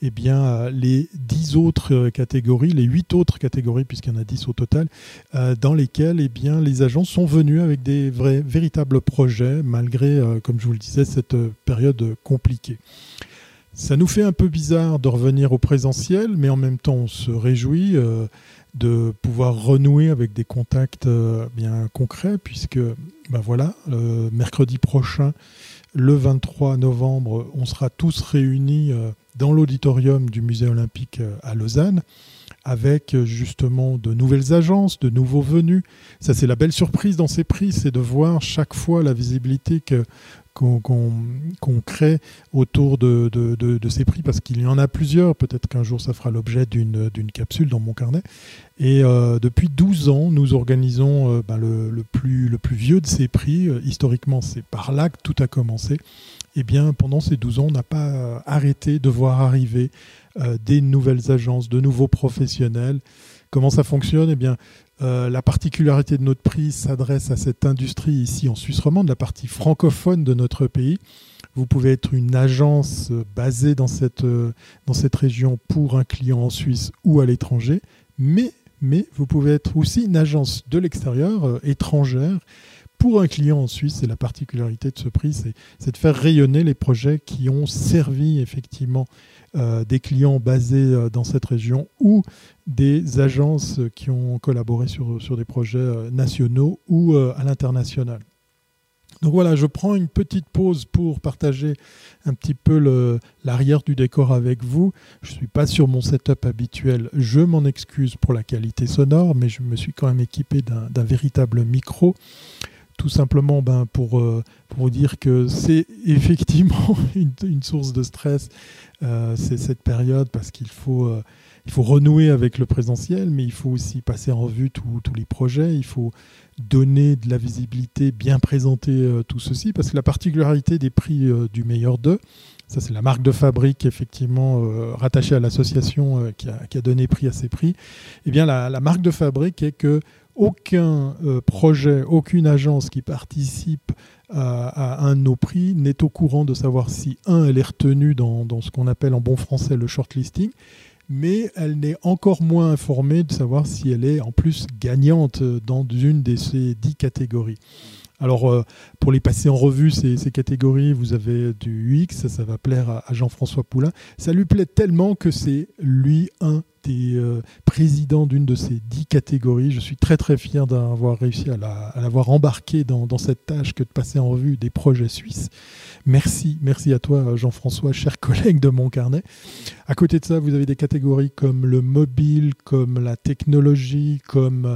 S12: les 10 autres catégories, les 8 autres catégories, puisqu'il y en a 10 au total, dans lesquelles les agents sont venus avec des véritables projets, malgré, comme je vous le disais, cette période compliquée. Ça nous fait un peu bizarre de revenir au présentiel, mais en même temps, on se réjouit de pouvoir renouer avec des contacts bien concrets, puisque mercredi prochain, le 23 novembre, on sera tous réunis dans l'auditorium du Musée Olympique à Lausanne, avec justement de nouvelles agences, de nouveaux venus. Ça, c'est la belle surprise dans ces prix, c'est de voir chaque fois la visibilité qu'on crée autour de ces prix, parce qu'il y en a plusieurs. Peut-être qu'un jour, ça fera l'objet d'une capsule dans mon carnet. Et depuis 12 ans, nous organisons le plus vieux de ces prix. Historiquement, c'est par là que tout a commencé. Eh bien, pendant ces 12 ans, on n'a pas arrêté de voir arriver des nouvelles agences, de nouveaux professionnels. Comment ça fonctionne ? Eh bien, la particularité de notre prix s'adresse à cette industrie ici en Suisse romande, la partie francophone de notre pays. Vous pouvez être une agence basée dans cette région pour un client en Suisse ou à l'étranger, mais vous pouvez être aussi une agence de l'extérieur, étrangère, pour un client en Suisse. C'est la particularité de ce prix, c'est de faire rayonner les projets qui ont servi effectivement des clients basés dans cette région ou des agences qui ont collaboré sur des projets nationaux ou à l'international. Donc voilà, je prends une petite pause pour partager un petit peu l'arrière du décor avec vous. Je ne suis pas sur mon setup habituel, je m'en excuse pour la qualité sonore, mais je me suis quand même équipé d'un véritable micro. Tout simplement pour vous dire que c'est effectivement une source de stress, c'est cette période, parce qu'il faut renouer avec le présentiel, mais il faut aussi passer en revue tous les projets, il faut donner de la visibilité, bien présenter tout ceci, parce que la particularité des prix du meilleur d'eux, ça c'est la marque de fabrique effectivement rattachée à l'association qui a donné prix à ces prix, eh bien la marque de fabrique est que aucun projet, aucune agence qui participe à un de nos prix n'est au courant de savoir si, elle est retenue dans ce qu'on appelle en bon français le shortlisting, mais elle n'est encore moins informée de savoir si elle est en plus gagnante dans une de ces 10 catégories. Alors, pour les passer en revue, ces catégories, vous avez du UX, ça va plaire à Jean-François Poulain. Ça lui plaît tellement que c'est lui un des présidents d'une de ces 10 catégories. Je suis très très fier d'avoir réussi à l'avoir embarqué dans cette tâche que de passer en revue des projets suisses. Merci à toi Jean-François, cher collègue de mon carnet. À côté de ça, vous avez des catégories comme le mobile, comme la technologie, comme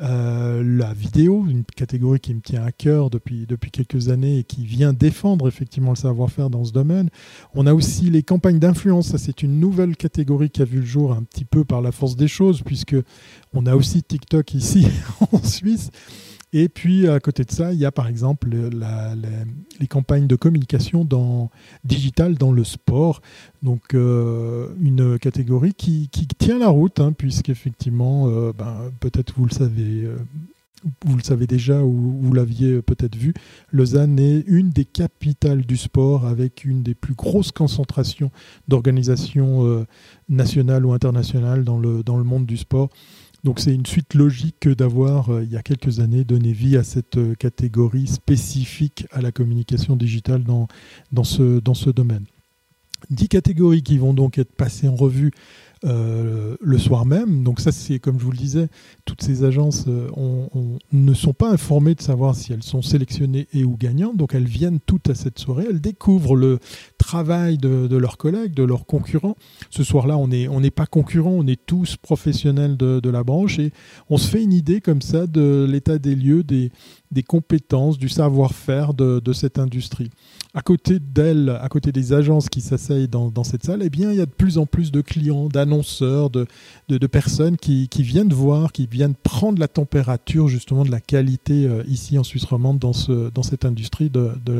S12: la vidéo, une catégorie qui me tient à cœur depuis quelques années et qui vient défendre effectivement le savoir-faire dans ce domaine. On a aussi les campagnes d'influence, ça c'est une nouvelle catégorie qui a vu le jour un petit peu par la force des choses, puisque on a aussi TikTok ici en Suisse. Et puis, à côté de ça, il y a par exemple les campagnes de communication digitale dans le sport. Donc, une catégorie qui tient la route, puisqu'effectivement, peut-être vous le savez déjà ou vous l'aviez peut-être vu, Lausanne est une des capitales du sport avec une des plus grosses concentrations d'organisations nationales ou internationales dans le monde du sport. Donc c'est une suite logique d'avoir, il y a quelques années, donné vie à cette catégorie spécifique à la communication digitale dans ce domaine. 10 catégories qui vont donc être passées en revue le soir même. Donc ça, c'est comme je vous le disais, toutes ces agences ne sont pas informées de savoir si elles sont sélectionnées et ou gagnantes. Donc elles viennent toutes à cette soirée, elles découvrent le travail de leurs collègues, de leurs concurrents. Ce soir-là, on n'est pas concurrents, on est tous professionnels de la branche et on se fait une idée comme ça de l'état des lieux, des compétences, du savoir-faire de cette industrie. À côté d'elles, à côté des agences qui s'asseyent dans cette salle, eh bien, il y a de plus en plus de clients, d'annonceurs, de personnes qui viennent voir, qui viennent prendre la température justement de la qualité ici en Suisse romande dans cette industrie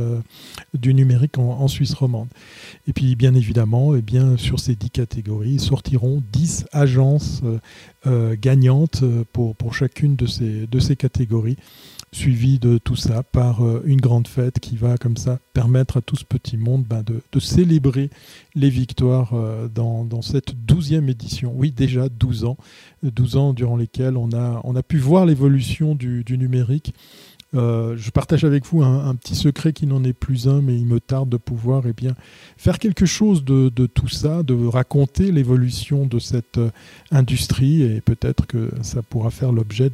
S12: du numérique en Suisse romande. Et puis, bien évidemment, eh bien, sur ces 10 catégories sortiront 10 agences gagnantes pour chacune de ces catégories, suivi de tout ça par une grande fête qui va comme ça permettre à tout ce petit monde de célébrer les victoires dans cette 12e édition. Oui, déjà 12 ans durant lesquels on a pu voir l'évolution du numérique. Je partage avec vous un petit secret qui n'en est plus un, mais il me tarde de pouvoir faire quelque chose de tout ça, de raconter l'évolution de cette industrie, et peut-être que ça pourra faire l'objet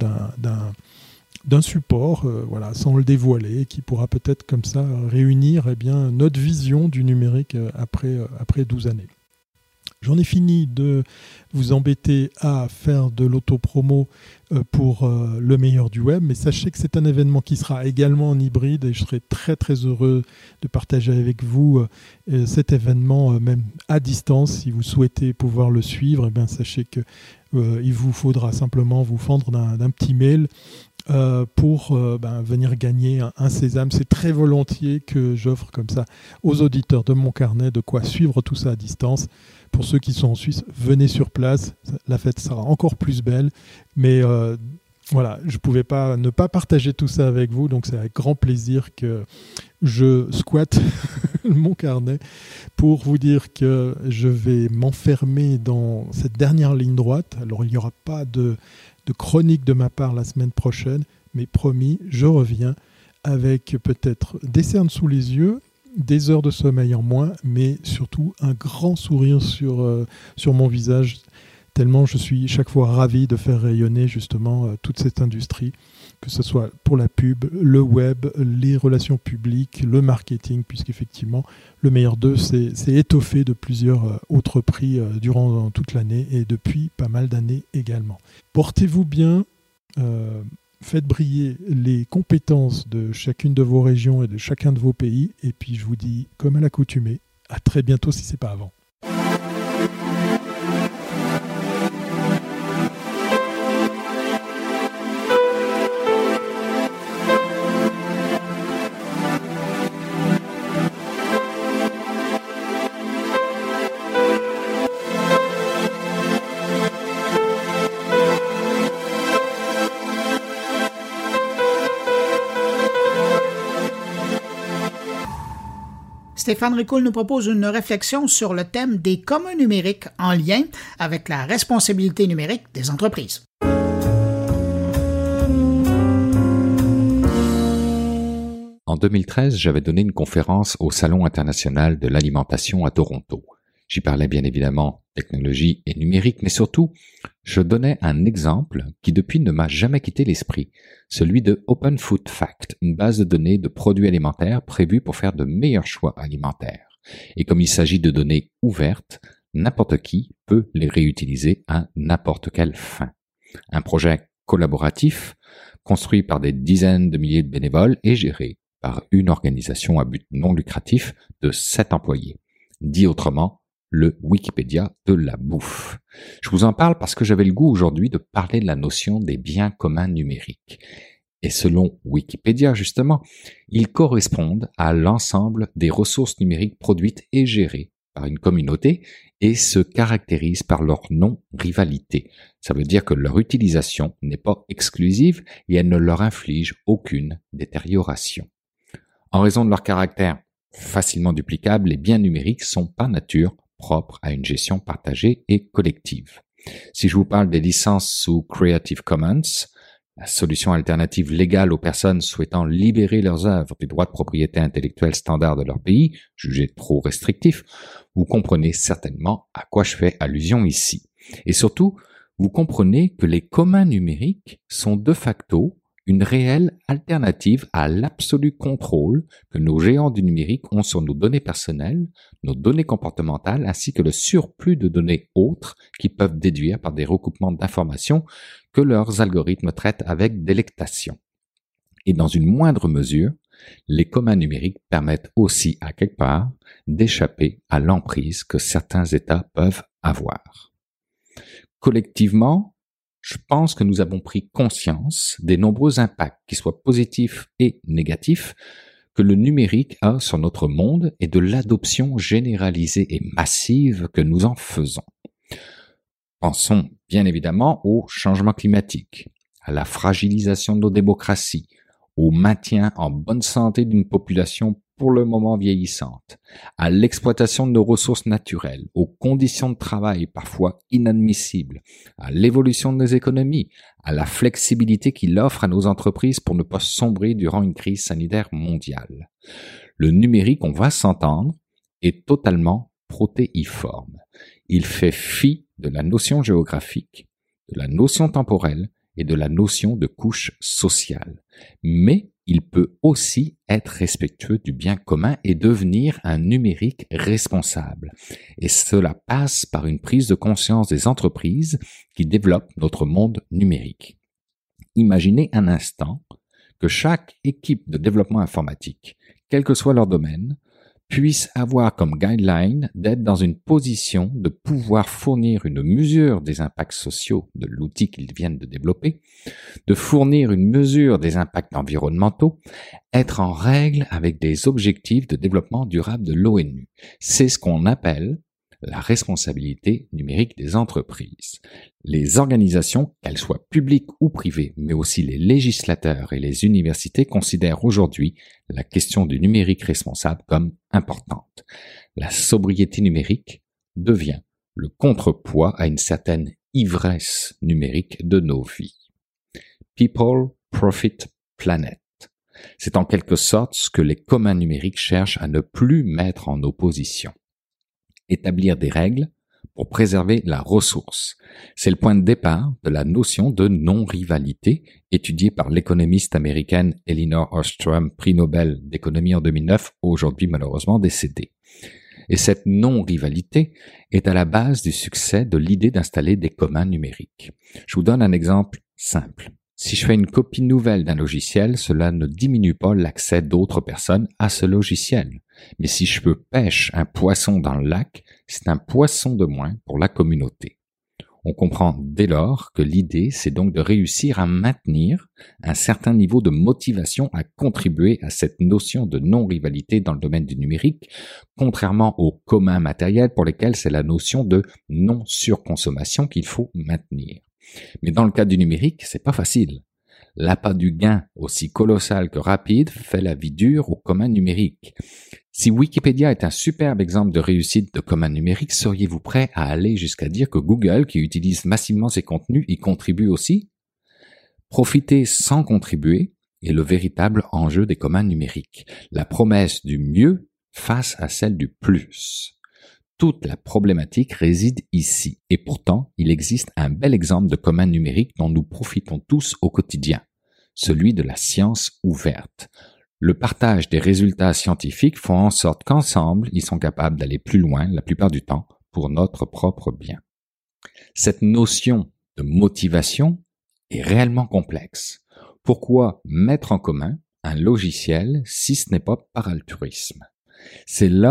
S12: d'un support, sans le dévoiler, qui pourra peut-être comme ça réunir notre vision du numérique après 12 années. J'en ai fini de vous embêter à faire de l'autopromo pour le meilleur du web, mais sachez que c'est un événement qui sera également en hybride et je serai très très heureux de partager avec vous cet événement même à distance. Si vous souhaitez pouvoir le suivre, sachez que il vous faudra simplement vous fendre d'un petit mail pour venir gagner un sésame. C'est très volontiers que j'offre comme ça aux auditeurs de mon carnet de quoi suivre tout ça à distance. Pour ceux qui sont en Suisse, venez sur place, la fête sera encore plus belle, mais je ne pouvais pas ne pas partager tout ça avec vous, donc c'est avec grand plaisir que je squatte mon carnet pour vous dire que je vais m'enfermer dans cette dernière ligne droite. Alors il n'y aura pas de chronique de ma part la semaine prochaine, mais promis, je reviens avec peut-être des cernes sous les yeux, des heures de sommeil en moins, mais surtout un grand sourire sur mon visage, tellement je suis chaque fois ravi de faire rayonner justement toute cette industrie, que ce soit pour la pub, le web, les relations publiques, le marketing, puisqu'effectivement le meilleur d'eux s'est étoffé de plusieurs autres prix durant toute l'année et depuis pas mal d'années également. Portez-vous bien, faites briller les compétences de chacune de vos régions et de chacun de vos pays, et puis je vous dis, comme à l'accoutumée, à très bientôt si ce n'est pas avant.
S1: Stéphane Ricoul nous propose une réflexion sur le thème des communs numériques en lien avec la responsabilité numérique des entreprises.
S13: En 2013, j'avais donné une conférence au Salon international de l'alimentation à Toronto. J'y parlais bien évidemment technologie et numérique, mais surtout, je donnais un exemple qui depuis ne m'a jamais quitté l'esprit, celui de Open Food Fact, une base de données de produits alimentaires prévue pour faire de meilleurs choix alimentaires. Et comme il s'agit de données ouvertes, n'importe qui peut les réutiliser à n'importe quelle fin. Un projet collaboratif, construit par des dizaines de milliers de bénévoles et géré par une organisation à but non lucratif de 7 employés. Dit autrement, le Wikipédia de la bouffe. Je vous en parle parce que j'avais le goût aujourd'hui de parler de la notion des biens communs numériques. Et selon Wikipédia, justement, ils correspondent à l'ensemble des ressources numériques produites et gérées par une communauté et se caractérisent par leur non-rivalité. Ça veut dire que leur utilisation n'est pas exclusive et elle ne leur inflige aucune détérioration. En raison de leur caractère facilement duplicable, les biens numériques sont par nature propres à une gestion partagée et collective. Si je vous parle des licences sous Creative Commons, la solution alternative légale aux personnes souhaitant libérer leurs œuvres des droits de propriété intellectuelle standards de leur pays, jugés trop restrictifs, vous comprenez certainement à quoi je fais allusion ici. Et surtout, vous comprenez que les communs numériques sont de facto une réelle alternative à l'absolu contrôle que nos géants du numérique ont sur nos données personnelles, nos données comportementales, ainsi que le surplus de données autres qui peuvent déduire par des recoupements d'informations que leurs algorithmes traitent avec délectation. Et dans une moindre mesure, les communs numériques permettent aussi, à quelque part, d'échapper à l'emprise que certains États peuvent avoir. Collectivement, je pense que nous avons pris conscience des nombreux impacts, qu'ils soient positifs et négatifs, que le numérique a sur notre monde et de l'adoption généralisée et massive que nous en faisons. Pensons bien évidemment au changement climatique, à la fragilisation de nos démocraties, au maintien en bonne santé d'une population pour le moment vieillissante, à l'exploitation de nos ressources naturelles, aux conditions de travail parfois inadmissibles, à l'évolution de nos économies, à la flexibilité qu'il offre à nos entreprises pour ne pas sombrer durant une crise sanitaire mondiale. Le numérique, on va s'entendre, est totalement protéiforme. Il fait fi de la notion géographique, de la notion temporelle et de la notion de couche sociale. Mais il peut aussi être respectueux du bien commun et devenir un numérique responsable. Et cela passe par une prise de conscience des entreprises qui développent notre monde numérique. Imaginez un instant que chaque équipe de développement informatique, quel que soit leur domaine, puisse avoir comme guideline d'être dans une position de pouvoir fournir une mesure des impacts sociaux de l'outil qu'ils viennent de développer, de fournir une mesure des impacts environnementaux, être en règle avec des objectifs de développement durable de l'ONU. C'est ce qu'on appelle la responsabilité numérique des entreprises. Les organisations, qu'elles soient publiques ou privées, mais aussi les législateurs et les universités considèrent aujourd'hui la question du numérique responsable comme importante. La sobriété numérique devient le contrepoids à une certaine ivresse numérique de nos vies. People, Profit, Planet. C'est en quelque sorte ce que les communs numériques cherchent à ne plus mettre en opposition. Établir des règles pour préserver la ressource. C'est le point de départ de la notion de non-rivalité étudiée par l'économiste américaine Elinor Ostrom, prix Nobel d'économie en 2009, aujourd'hui malheureusement décédée. Et cette non-rivalité est à la base du succès de l'idée d'installer des communs numériques. Je vous donne un exemple simple. Si je fais une copie nouvelle d'un logiciel, cela ne diminue pas l'accès d'autres personnes à ce logiciel. Mais si je pêche un poisson dans le lac, c'est un poisson de moins pour la communauté. On comprend dès lors que l'idée, c'est donc de réussir à maintenir un certain niveau de motivation à contribuer à cette notion de non-rivalité dans le domaine du numérique, contrairement aux communs matériels pour lesquels c'est la notion de non-surconsommation qu'il faut maintenir. Mais dans le cas du numérique, c'est pas facile. L'appât du gain, aussi colossal que rapide, fait la vie dure aux communs numériques. Si Wikipédia est un superbe exemple de réussite de communs numériques, seriez-vous prêt à aller jusqu'à dire que Google, qui utilise massivement ses contenus, y contribue aussi? Profiter sans contribuer est le véritable enjeu des communs numériques. La promesse du mieux face à celle du plus. Toute la problématique réside ici, et pourtant il existe un bel exemple de commun numérique dont nous profitons tous au quotidien, celui de la science ouverte. Le partage des résultats scientifiques font en sorte qu'ensemble, ils sont capables d'aller plus loin la plupart du temps pour notre propre bien. Cette notion de motivation est réellement complexe. Pourquoi mettre en commun un logiciel si ce n'est pas par altruisme? C'est là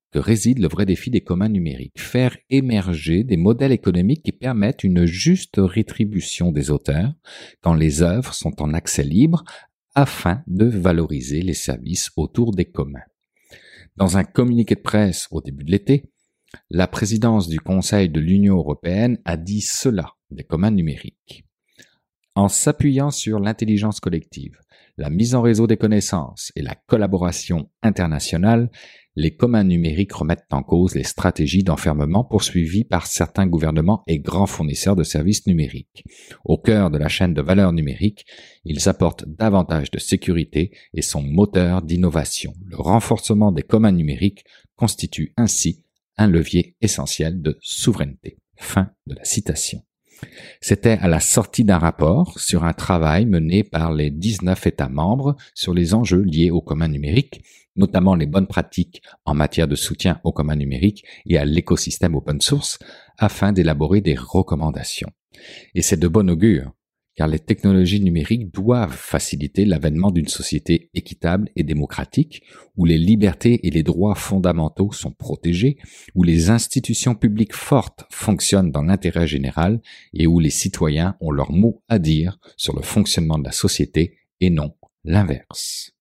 S13: que réside le vrai défi des communs numériques, faire émerger des modèles économiques qui permettent une juste rétribution des auteurs quand les œuvres sont en accès libre afin de valoriser les services autour des communs. Dans un communiqué de presse au début de l'été, la présidence du Conseil de l'Union européenne a dit cela des communs numériques. En s'appuyant sur l'intelligence collective, la mise en réseau des connaissances et la collaboration internationale, les communs numériques remettent en cause les stratégies d'enfermement poursuivies par certains gouvernements et grands fournisseurs de services numériques. Au cœur de la chaîne de valeur numérique, ils apportent davantage de sécurité et sont moteurs d'innovation. Le renforcement des communs numériques constitue ainsi un levier essentiel de souveraineté. Fin de la citation. C'était à la sortie d'un rapport sur un travail mené par les 19 États membres sur les enjeux liés aux communs numériques, notamment les bonnes pratiques en matière de soutien aux communs numériques et à l'écosystème open source, afin d'élaborer des recommandations. Et c'est de bon augure, car les technologies numériques doivent faciliter l'avènement d'une société équitable et démocratique, où les libertés et les droits fondamentaux sont protégés, où les institutions publiques fortes fonctionnent dans l'intérêt général et où les citoyens ont leur mot à dire sur le fonctionnement de la société et non l'inverse.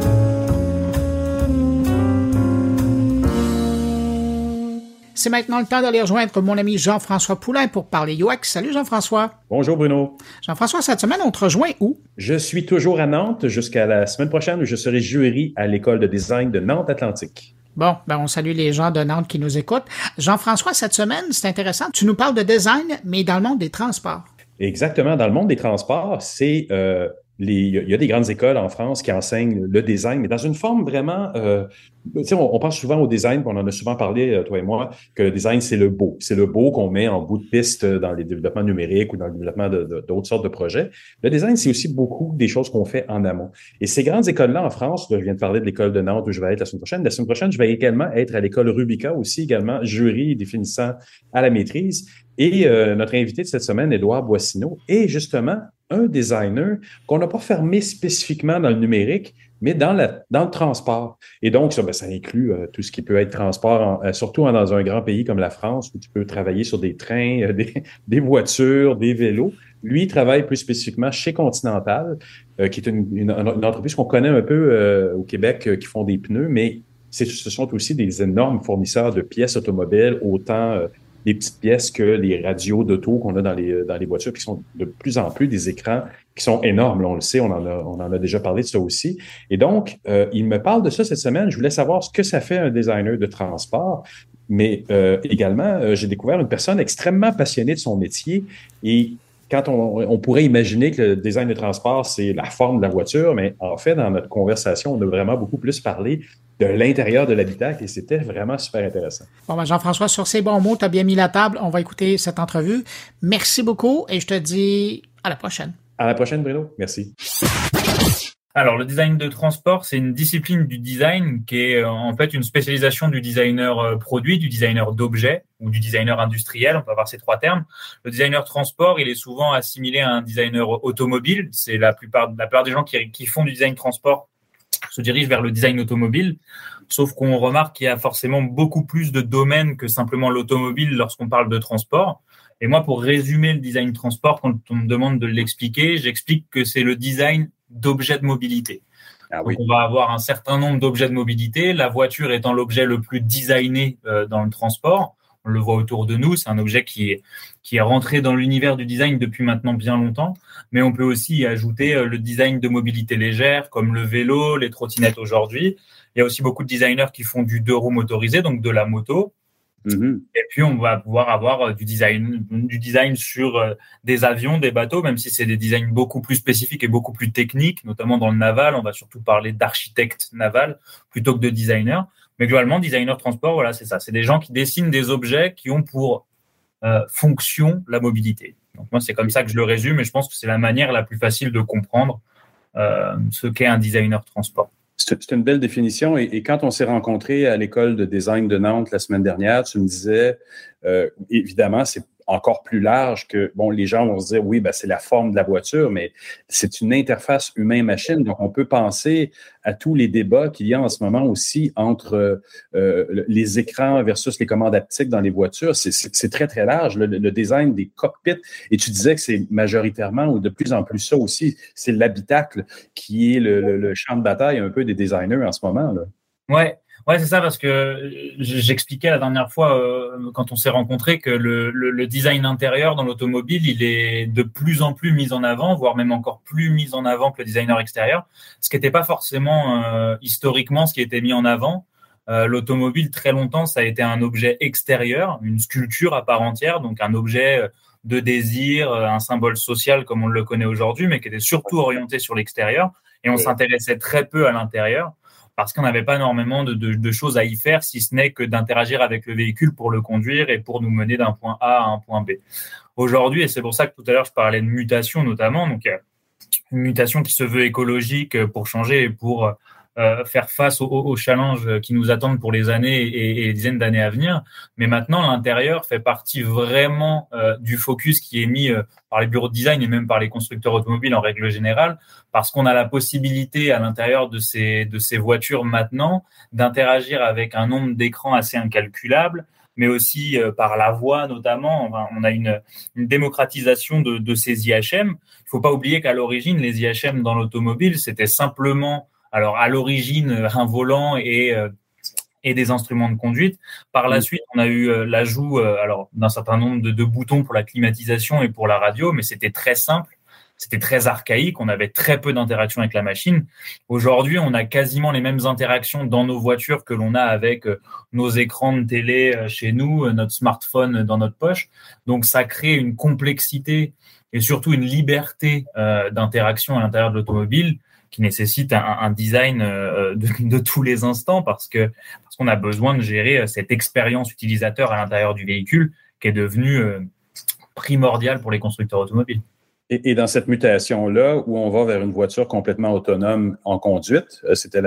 S1: C'est maintenant le temps d'aller rejoindre mon ami Jean-François Poulain pour parler UX. Salut Jean-François.
S14: Bonjour Bruno.
S1: Jean-François, cette semaine, on te rejoint où?
S14: Je suis toujours à Nantes jusqu'à la semaine prochaine où je serai jury à l'École de design de Nantes-Atlantique.
S1: Bon, on salue les gens de Nantes qui nous écoutent. Jean-François, cette semaine, c'est intéressant. Tu nous parles de design, mais dans le monde des transports.
S14: Exactement. Dans le monde des transports, il y a des grandes écoles en France qui enseignent le design, mais dans une forme vraiment... on pense souvent au design, on en a souvent parlé, toi et moi, que le design, c'est le beau. C'est le beau qu'on met en bout de piste dans les développements numériques ou dans le développement d'autres sortes de projets. Le design, c'est aussi beaucoup des choses qu'on fait en amont. Et ces grandes écoles-là en France, je viens de parler de l'école de Nantes où je vais être la semaine prochaine. La semaine prochaine, je vais également être à l'école Rubica aussi, également jury définissant à la maîtrise. Et notre invité de cette semaine, Édouard Boissineau, est justement un designer qu'on n'a pas fermé spécifiquement dans le numérique, mais dans le transport. Et donc, ça inclut tout ce qui peut être transport, surtout dans un grand pays comme la France, où tu peux travailler sur des trains, des voitures, des vélos. Lui, il travaille plus spécifiquement chez Continental, qui est une entreprise qu'on connaît un peu au Québec, qui font des pneus, mais ce sont aussi des énormes fournisseurs de pièces automobiles, autant des petites pièces que les radios d'auto qu'on a dans les voitures, qui sont de plus en plus des écrans qui sont énormes. Là, on le sait, on en a déjà parlé de ça aussi. Et donc, il me parle de ça cette semaine. Je voulais savoir ce que ça fait un designer de transport, mais également, j'ai découvert une personne extrêmement passionnée de son métier. Et quand on pourrait imaginer que le design de transport, c'est la forme de la voiture, mais en fait, dans notre conversation, on a vraiment beaucoup plus parlé de l'intérieur de l'habitacle et c'était vraiment super intéressant.
S1: Bon, Jean-François, sur ces bons mots, tu as bien mis la table. On va écouter cette entrevue. Merci beaucoup et je te dis à la prochaine.
S14: À la prochaine, Bruno. Merci.
S15: Alors, le design de transport, c'est une discipline du design qui est en fait une spécialisation du designer produit, du designer d'objets ou du designer industriel. On peut avoir ces trois termes. Le designer transport, il est souvent assimilé à un designer automobile. C'est la plupart des gens qui font du design transport se dirigent vers le design automobile. Sauf qu'on remarque qu'il y a forcément beaucoup plus de domaines que simplement l'automobile lorsqu'on parle de transport. Et moi, pour résumer le design transport, quand on me demande de l'expliquer, j'explique que c'est le design d'objets de mobilité. Ah oui. Donc, on va avoir un certain nombre d'objets de mobilité, la voiture étant l'objet le plus designé dans le transport. On le voit autour de nous, c'est un objet qui est rentré dans l'univers du design depuis maintenant bien longtemps, mais on peut aussi y ajouter le design de mobilité légère, comme le vélo, les trottinettes aujourd'hui. Il y a aussi beaucoup de designers qui font du 2 roues motorisé, donc de la moto. Mm-hmm. Et puis, on va pouvoir avoir du design sur des avions, des bateaux, même si c'est des designs beaucoup plus spécifiques et beaucoup plus techniques, notamment dans le naval. On va surtout parler d'architecte naval plutôt que de designer. Mais globalement, designer transport, voilà, c'est ça. C'est des gens qui dessinent des objets qui ont pour fonction la mobilité. Donc moi, c'est comme ça que je le résume et je pense que c'est la manière la plus facile de comprendre ce qu'est un designer transport.
S14: C'est une belle définition. Et quand on s'est rencontrés à l'école de design de Nantes la semaine dernière, tu me disais, évidemment, c'est encore plus large que, bon, les gens vont se dire, oui, ben, c'est la forme de la voiture, mais c'est une interface humain-machine. Donc, on peut penser à tous les débats qu'il y a en ce moment aussi entre les écrans versus les commandes haptiques dans les voitures. C'est très, très large, le design des cockpits. Et tu disais que c'est majoritairement, ou de plus en plus ça aussi, c'est l'habitacle qui est le champ de bataille un peu des designers en ce moment, là.
S15: Ouais, c'est ça, parce que j'expliquais la dernière fois, quand on s'est rencontrés, que le design intérieur dans l'automobile, il est de plus en plus mis en avant, voire même encore plus mis en avant que le designer extérieur, ce qui n'était pas forcément historiquement ce qui était mis en avant. L'automobile, très longtemps, ça a été un objet extérieur, une sculpture à part entière, donc un objet de désir, un symbole social comme on le connaît aujourd'hui, mais qui était surtout orienté sur l'extérieur, et on s'intéressait très peu à l'intérieur, parce qu'on n'avait pas énormément de choses à y faire, si ce n'est que d'interagir avec le véhicule pour le conduire et pour nous mener d'un point A à un point B. Aujourd'hui, et c'est pour ça que tout à l'heure je parlais de mutation notamment, donc une mutation qui se veut écologique pour changer et pour faire face aux challenges qui nous attendent pour les années et les dizaines d'années à venir. Mais maintenant, l'intérieur fait partie vraiment du focus qui est mis par les bureaux de design et même par les constructeurs automobiles en règle générale, parce qu'on a la possibilité à l'intérieur de ces voitures maintenant d'interagir avec un nombre d'écrans assez incalculable, mais aussi par la voix notamment. Enfin, on a une démocratisation de ces IHM. Il faut pas oublier qu'à l'origine, les IHM dans l'automobile, c'était simplement, alors à l'origine, un volant et des instruments de conduite. Par la suite, on a eu l'ajout d'un certain nombre de boutons pour la climatisation et pour la radio, mais c'était très simple. C'était très archaïque, on avait très peu d'interactions avec la machine. Aujourd'hui, on a quasiment les mêmes interactions dans nos voitures que l'on a avec nos écrans de télé chez nous, notre smartphone dans notre poche. Donc, ça crée une complexité et surtout une liberté d'interaction à l'intérieur de l'automobile qui nécessite un design de tous les instants parce qu'on a besoin de gérer cette expérience utilisateur à l'intérieur du véhicule qui est devenue primordiale pour les constructeurs automobiles.
S14: Et dans cette mutation-là, où on va vers une voiture complètement autonome en conduite, c'était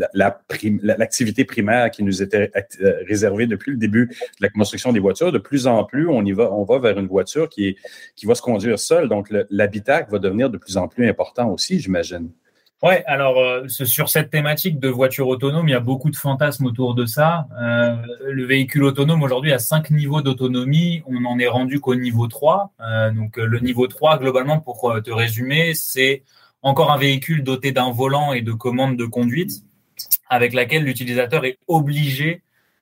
S14: l'activité primaire qui nous était réservée depuis le début de la construction des voitures. De plus en plus, on va vers une voiture qui va se conduire seule. Donc, l'habitacle va devenir de plus en plus important aussi, j'imagine.
S15: Ouais, alors sur cette thématique de voiture autonome, il y a beaucoup de fantasmes autour de ça. Le véhicule autonome aujourd'hui a 5 niveaux d'autonomie, on en est rendu qu'au niveau 3. Donc le niveau 3, globalement, pour te résumer, c'est encore un véhicule doté d'un volant et de commandes de conduite avec laquelle l'utilisateur est obligé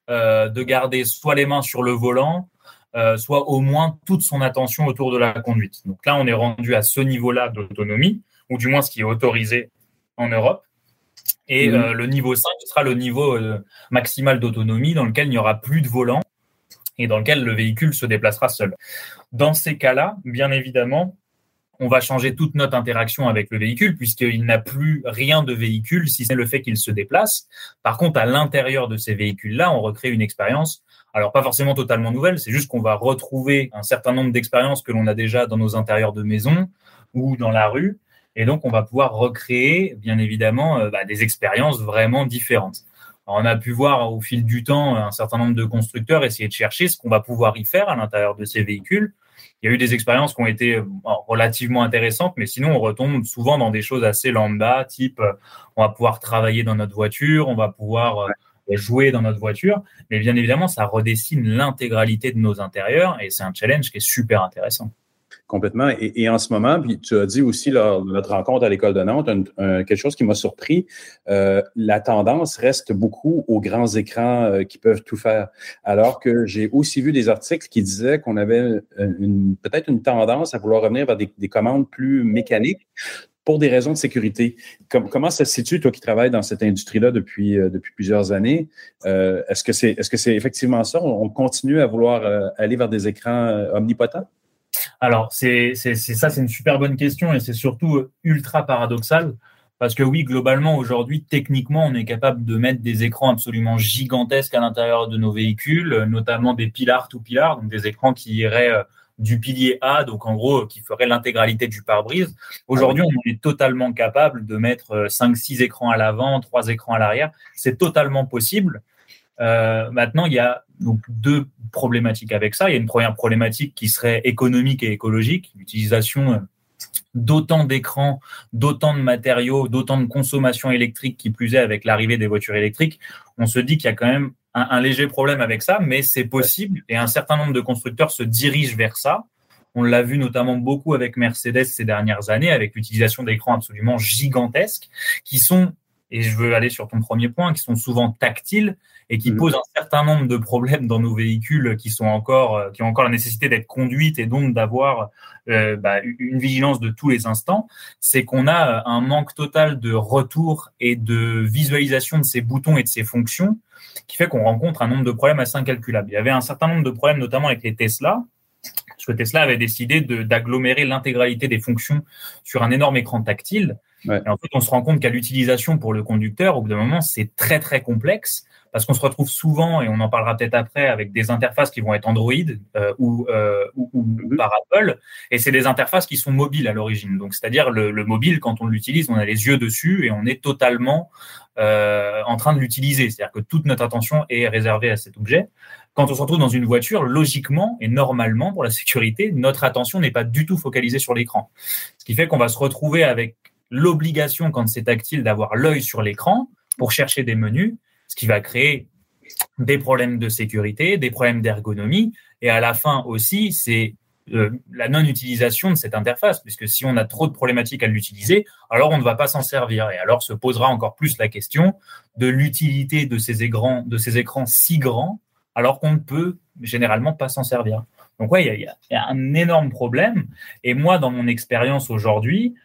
S15: de garder soit les mains sur le volant, soit au moins toute son attention autour de la conduite. Donc là, on est rendu à ce niveau-là d'autonomie, ou du moins ce qui est autorisé en Europe. Et le niveau 5 sera le niveau maximal d'autonomie dans lequel il n'y aura plus de volant et dans lequel le véhicule se déplacera seul. Dans ces cas-là, bien évidemment, on va changer toute notre interaction avec le véhicule puisqu'il n'a plus rien de véhicule si c'est le fait qu'il se déplace. Par contre, à l'intérieur de ces véhicules-là, on recrée une expérience, alors pas forcément totalement nouvelle, c'est juste qu'on va retrouver un certain nombre d'expériences que l'on a déjà dans nos intérieurs de maison ou dans la rue. Et donc, on va pouvoir recréer, bien évidemment, des expériences vraiment différentes. Alors, on a pu voir au fil du temps un certain nombre de constructeurs essayer de chercher ce qu'on va pouvoir y faire à l'intérieur de ces véhicules. Il y a eu des expériences qui ont été relativement intéressantes, mais sinon, on retombe souvent dans des choses assez lambda, type on va pouvoir travailler dans notre voiture, on va pouvoir jouer dans notre voiture. Mais bien évidemment, ça redessine l'intégralité de nos intérieurs et c'est un challenge qui est super intéressant.
S14: Complètement. Et en ce moment, puis tu as dit aussi lors de notre rencontre à l'École de Nantes, quelque chose qui m'a surpris, la tendance reste beaucoup aux grands écrans qui peuvent tout faire. Alors que j'ai aussi vu des articles qui disaient qu'on avait peut-être une tendance à vouloir revenir vers des commandes plus mécaniques pour des raisons de sécurité. Comment ça se situe, toi qui travailles dans cette industrie-là depuis plusieurs années? Est-ce que c'est effectivement ça? On continue à vouloir aller vers des écrans omnipotents?
S15: Alors, c'est une super bonne question et c'est surtout ultra paradoxal parce que oui, globalement, aujourd'hui, techniquement, on est capable de mettre des écrans absolument gigantesques à l'intérieur de nos véhicules, notamment des pilar to pilar, donc des écrans qui iraient du pilier A, donc en gros, qui feraient l'intégralité du pare-brise. Aujourd'hui, on est totalement capable de mettre 5-6 écrans à l'avant, 3 écrans à l'arrière. C'est totalement possible. Maintenant, il y a donc deux problématiques avec ça. Il y a une première problématique qui serait économique et écologique, l'utilisation d'autant d'écrans, d'autant de matériaux, d'autant de consommation électrique qui plus est avec l'arrivée des voitures électriques. On se dit qu'il y a quand même un léger problème avec ça, mais c'est possible et un certain nombre de constructeurs se dirigent vers ça. On l'a vu notamment beaucoup avec Mercedes ces dernières années, avec l'utilisation d'écrans absolument gigantesques qui sont, et je veux aller sur ton premier point, qui sont souvent tactiles et qui posent un certain nombre de problèmes dans nos véhicules qui ont encore la nécessité d'être conduites et donc d'avoir une vigilance de tous les instants. C'est qu'on a un manque total de retour et de visualisation de ces boutons et de ces fonctions qui fait qu'on rencontre un nombre de problèmes assez incalculables. Il y avait un certain nombre de problèmes, notamment avec les Tesla, parce que Tesla avait décidé d'agglomérer l'intégralité des fonctions sur un énorme écran tactile. Ouais. Et en fait, on se rend compte qu'à l'utilisation pour le conducteur, au bout d'un moment, c'est très, très complexe parce qu'on se retrouve souvent, et on en parlera peut-être après, avec des interfaces qui vont être Android ou par Apple. Et c'est des interfaces qui sont mobiles à l'origine. Donc, c'est-à-dire le mobile, quand on l'utilise, on a les yeux dessus et on est totalement en train de l'utiliser. C'est-à-dire que toute notre attention est réservée à cet objet. Quand on se retrouve dans une voiture, logiquement et normalement, pour la sécurité, notre attention n'est pas du tout focalisée sur l'écran. Ce qui fait qu'on va se retrouver avec l'obligation, quand c'est tactile, d'avoir l'œil sur l'écran pour chercher des menus, ce qui va créer des problèmes de sécurité, des problèmes d'ergonomie, et à la fin aussi, c'est la non-utilisation de cette interface, puisque si on a trop de problématiques à l'utiliser, alors on ne va pas s'en servir, et alors se posera encore plus la question de l'utilité de ces écrans si grands, alors qu'on ne peut généralement pas s'en servir. Donc ouais, il y a un énorme problème, et moi, dans mon expérience aujourd'hui,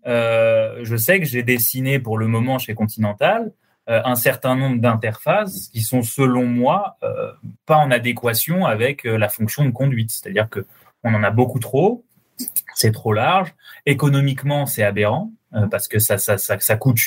S15: je sais que j'ai dessiné pour le moment chez Continental un certain nombre d'interfaces qui sont, selon moi, pas en adéquation avec la fonction de conduite. C'est-à-dire que on en a beaucoup trop, c'est trop large, économiquement, c'est aberrant, parce que ça coûte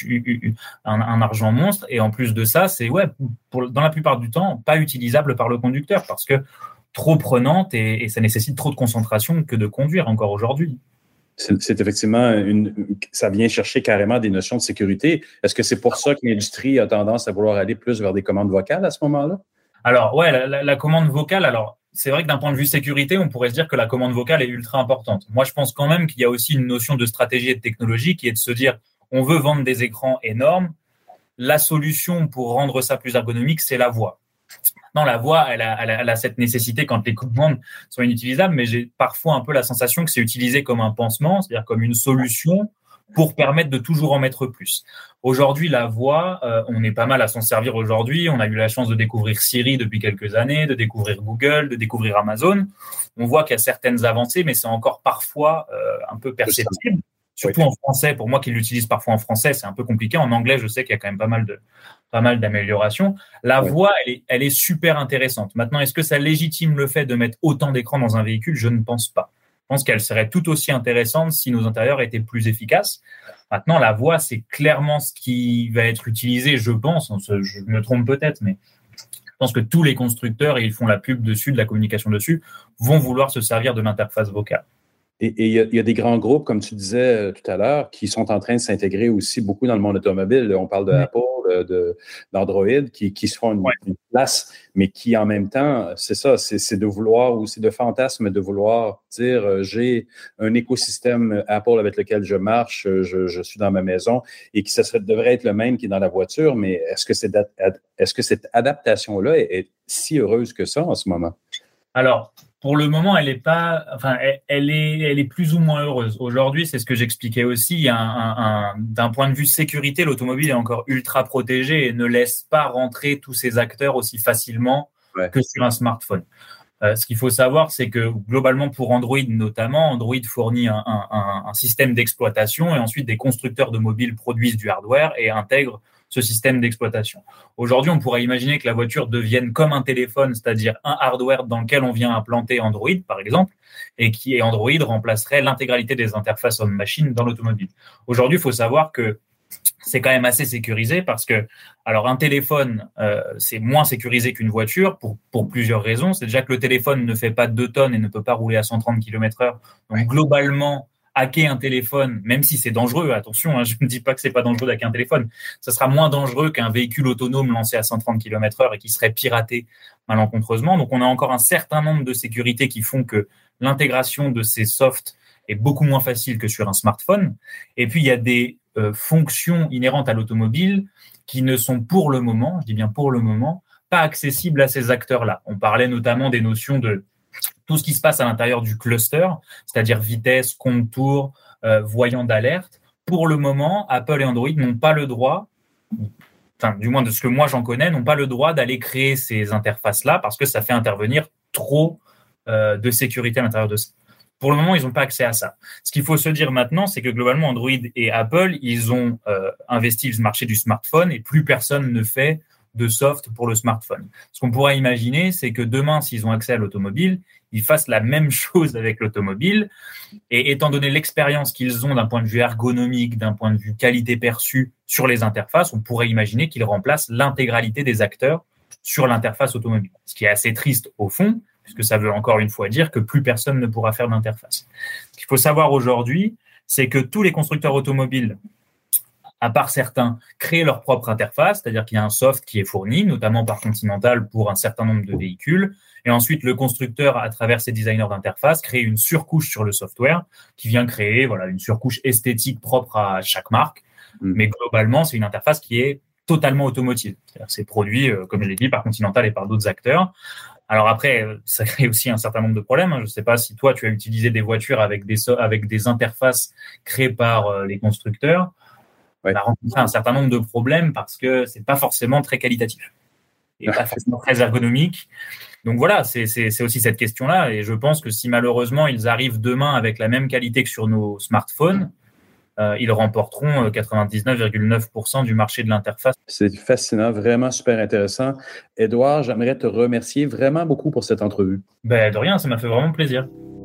S15: un argent monstre, et en plus de ça, c'est dans la plupart du temps, pas utilisable par le conducteur, parce que trop prenante et ça nécessite trop de concentration que de conduire encore aujourd'hui.
S14: C'est effectivement ça vient chercher carrément des notions de sécurité. Est-ce que c'est pour ça que l'industrie a tendance à vouloir aller plus vers des commandes vocales à ce moment-là?
S15: Alors, ouais, la commande vocale, alors, c'est vrai que d'un point de vue sécurité, on pourrait se dire que la commande vocale est ultra importante. Moi, je pense quand même qu'il y a aussi une notion de stratégie et de technologie qui est de se dire, on veut vendre des écrans énormes. La solution pour rendre ça plus ergonomique, c'est la voix. Maintenant, la voix, elle a cette nécessité quand les commandes sont inutilisables, mais j'ai parfois un peu la sensation que c'est utilisé comme un pansement, c'est-à-dire comme une solution pour permettre de toujours en mettre plus. Aujourd'hui, la voix, on est pas mal à s'en servir aujourd'hui. On a eu la chance de découvrir Siri depuis quelques années, de découvrir Google, de découvrir Amazon. On voit qu'il y a certaines avancées, mais c'est encore parfois un peu perceptible. Surtout en français, pour moi qui l'utilise parfois en français, c'est un peu compliqué. En anglais, je sais qu'il y a quand même pas mal d'améliorations. La voix, elle est super intéressante. Maintenant, est-ce que ça légitime le fait de mettre autant d'écrans dans un véhicule? Je ne pense pas. Je pense qu'elle serait tout aussi intéressante si nos intérieurs étaient plus efficaces. Maintenant, la voix, c'est clairement ce qui va être utilisé, je pense. Je me trompe peut-être, mais je pense que tous les constructeurs, et ils font la pub dessus, de la communication dessus, vont vouloir se servir de l'interface vocale.
S14: Et il y a des grands groupes, comme tu disais tout à l'heure, qui sont en train de s'intégrer aussi beaucoup dans le monde automobile. On parle d'Apple, d'Android, qui se font une place, mais qui en même temps, c'est ça, c'est de vouloir, ou c'est de fantasme de vouloir dire j'ai un écosystème Apple avec lequel je marche, je suis dans ma maison, et que ça devrait être le même qui est dans la voiture, mais est-ce que cette adaptation-là est si heureuse que ça en ce moment?
S15: Alors, pour le moment, elle est plus ou moins heureuse. Aujourd'hui, c'est ce que j'expliquais aussi. D'un point de vue sécurité, l'automobile est encore ultra protégée et ne laisse pas rentrer tous ces acteurs aussi facilement que sur un smartphone. Ce qu'il faut savoir, c'est que globalement, pour Android notamment, Android fournit un système d'exploitation et ensuite des constructeurs de mobiles produisent du hardware et intègrent ce système d'exploitation. Aujourd'hui, on pourrait imaginer que la voiture devienne comme un téléphone, c'est-à-dire un hardware dans lequel on vient implanter Android, par exemple, et qui Android remplacerait l'intégralité des interfaces homme-machine dans l'automobile. Aujourd'hui, il faut savoir que c'est quand même assez sécurisé parce que, alors un téléphone, c'est moins sécurisé qu'une voiture pour plusieurs raisons. C'est déjà que le téléphone ne fait pas 2 tonnes et ne peut pas rouler à 130 km/h. Donc globalement, hacker un téléphone, même si c'est dangereux, attention, hein, je ne dis pas que c'est pas dangereux d'hacker un téléphone, ça sera moins dangereux qu'un véhicule autonome lancé à 130 km/h et qui serait piraté malencontreusement. Donc, on a encore un certain nombre de sécurités qui font que l'intégration de ces softs est beaucoup moins facile que sur un smartphone. Et puis, il y a des fonctions inhérentes à l'automobile qui ne sont pour le moment, je dis bien pour le moment, pas accessibles à ces acteurs-là. On parlait notamment des notions de tout ce qui se passe à l'intérieur du cluster, c'est-à-dire vitesse, compte-tour, voyant d'alerte. Pour le moment, Apple et Android n'ont pas le droit, enfin, du moins de ce que moi j'en connais, n'ont pas le droit d'aller créer ces interfaces-là parce que ça fait intervenir trop de sécurité à l'intérieur de ça. Pour le moment, ils n'ont pas accès à ça. Ce qu'il faut se dire maintenant, c'est que globalement, Android et Apple, ils ont investi le marché du smartphone et plus personne ne fait de soft pour le smartphone. Ce qu'on pourrait imaginer, c'est que demain, s'ils ont accès à l'automobile, ils fassent la même chose avec l'automobile. Et étant donné l'expérience qu'ils ont d'un point de vue ergonomique, d'un point de vue qualité perçue sur les interfaces, on pourrait imaginer qu'ils remplacent l'intégralité des acteurs sur l'interface automobile. Ce qui est assez triste au fond, puisque ça veut encore une fois dire que plus personne ne pourra faire d'interface. Ce qu'il faut savoir aujourd'hui, c'est que tous les constructeurs automobiles, à part certains, créent leur propre interface, c'est-à-dire qu'il y a un soft qui est fourni, notamment par Continental pour un certain nombre de véhicules, et ensuite le constructeur, à travers ses designers d'interface, crée une surcouche sur le software qui vient créer une surcouche esthétique propre à chaque marque, mais globalement, c'est une interface qui est totalement automotive. C'est-à-dire c'est produit, comme je l'ai dit, par Continental et par d'autres acteurs. Alors après, ça crée aussi un certain nombre de problèmes. Je ne sais pas si toi, tu as utilisé des voitures avec des interfaces créées par les constructeurs. On a rencontré un certain nombre de problèmes parce que c'est pas forcément très qualitatif et pas forcément très ergonomique. Donc voilà, c'est aussi cette question-là. Et je pense que si malheureusement ils arrivent demain avec la même qualité que sur nos smartphones, ils remporteront 99,9% du marché de l'interface.
S14: C'est fascinant, vraiment super intéressant. Édouard, j'aimerais te remercier vraiment beaucoup pour cette entrevue.
S15: De rien, ça m'a fait vraiment plaisir.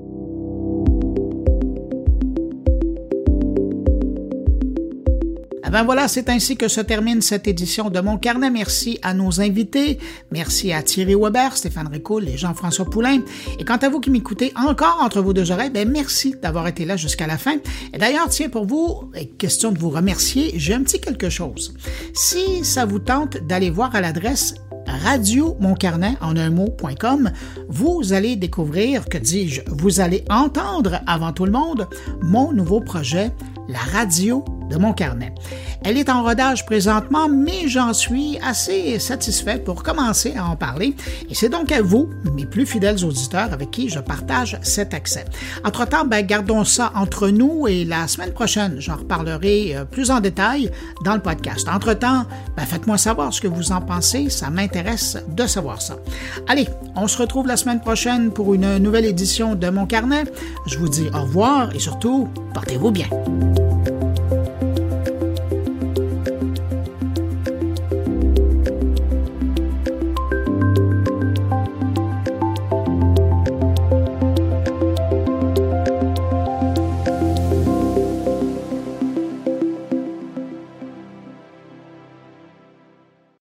S1: Voilà, c'est ainsi que se termine cette édition de Mon Carnet. Merci à nos invités. Merci à Thierry Weber, Stéphane Ricoul et Jean-François Poulain. Et quant à vous qui m'écoutez encore entre vos deux oreilles, merci d'avoir été là jusqu'à la fin. Et d'ailleurs, tiens, pour vous, question de vous remercier, j'ai un petit quelque chose. Si ça vous tente d'aller voir à l'adresse radiomoncarnet en un mot.com, vous allez découvrir, que dis-je, vous allez entendre avant tout le monde mon nouveau projet, la radio de Mon Carnet. Elle est en rodage présentement, mais j'en suis assez satisfait pour commencer à en parler. Et c'est donc à vous, mes plus fidèles auditeurs, avec qui je partage cet accès. Entre-temps, gardons ça entre nous et la semaine prochaine, j'en reparlerai plus en détail dans le podcast. Entre-temps, faites-moi savoir ce que vous en pensez, ça m'intéresse de savoir ça. Allez, on se retrouve la semaine prochaine pour une nouvelle édition de Mon Carnet. Je vous dis au revoir et surtout, portez-vous bien.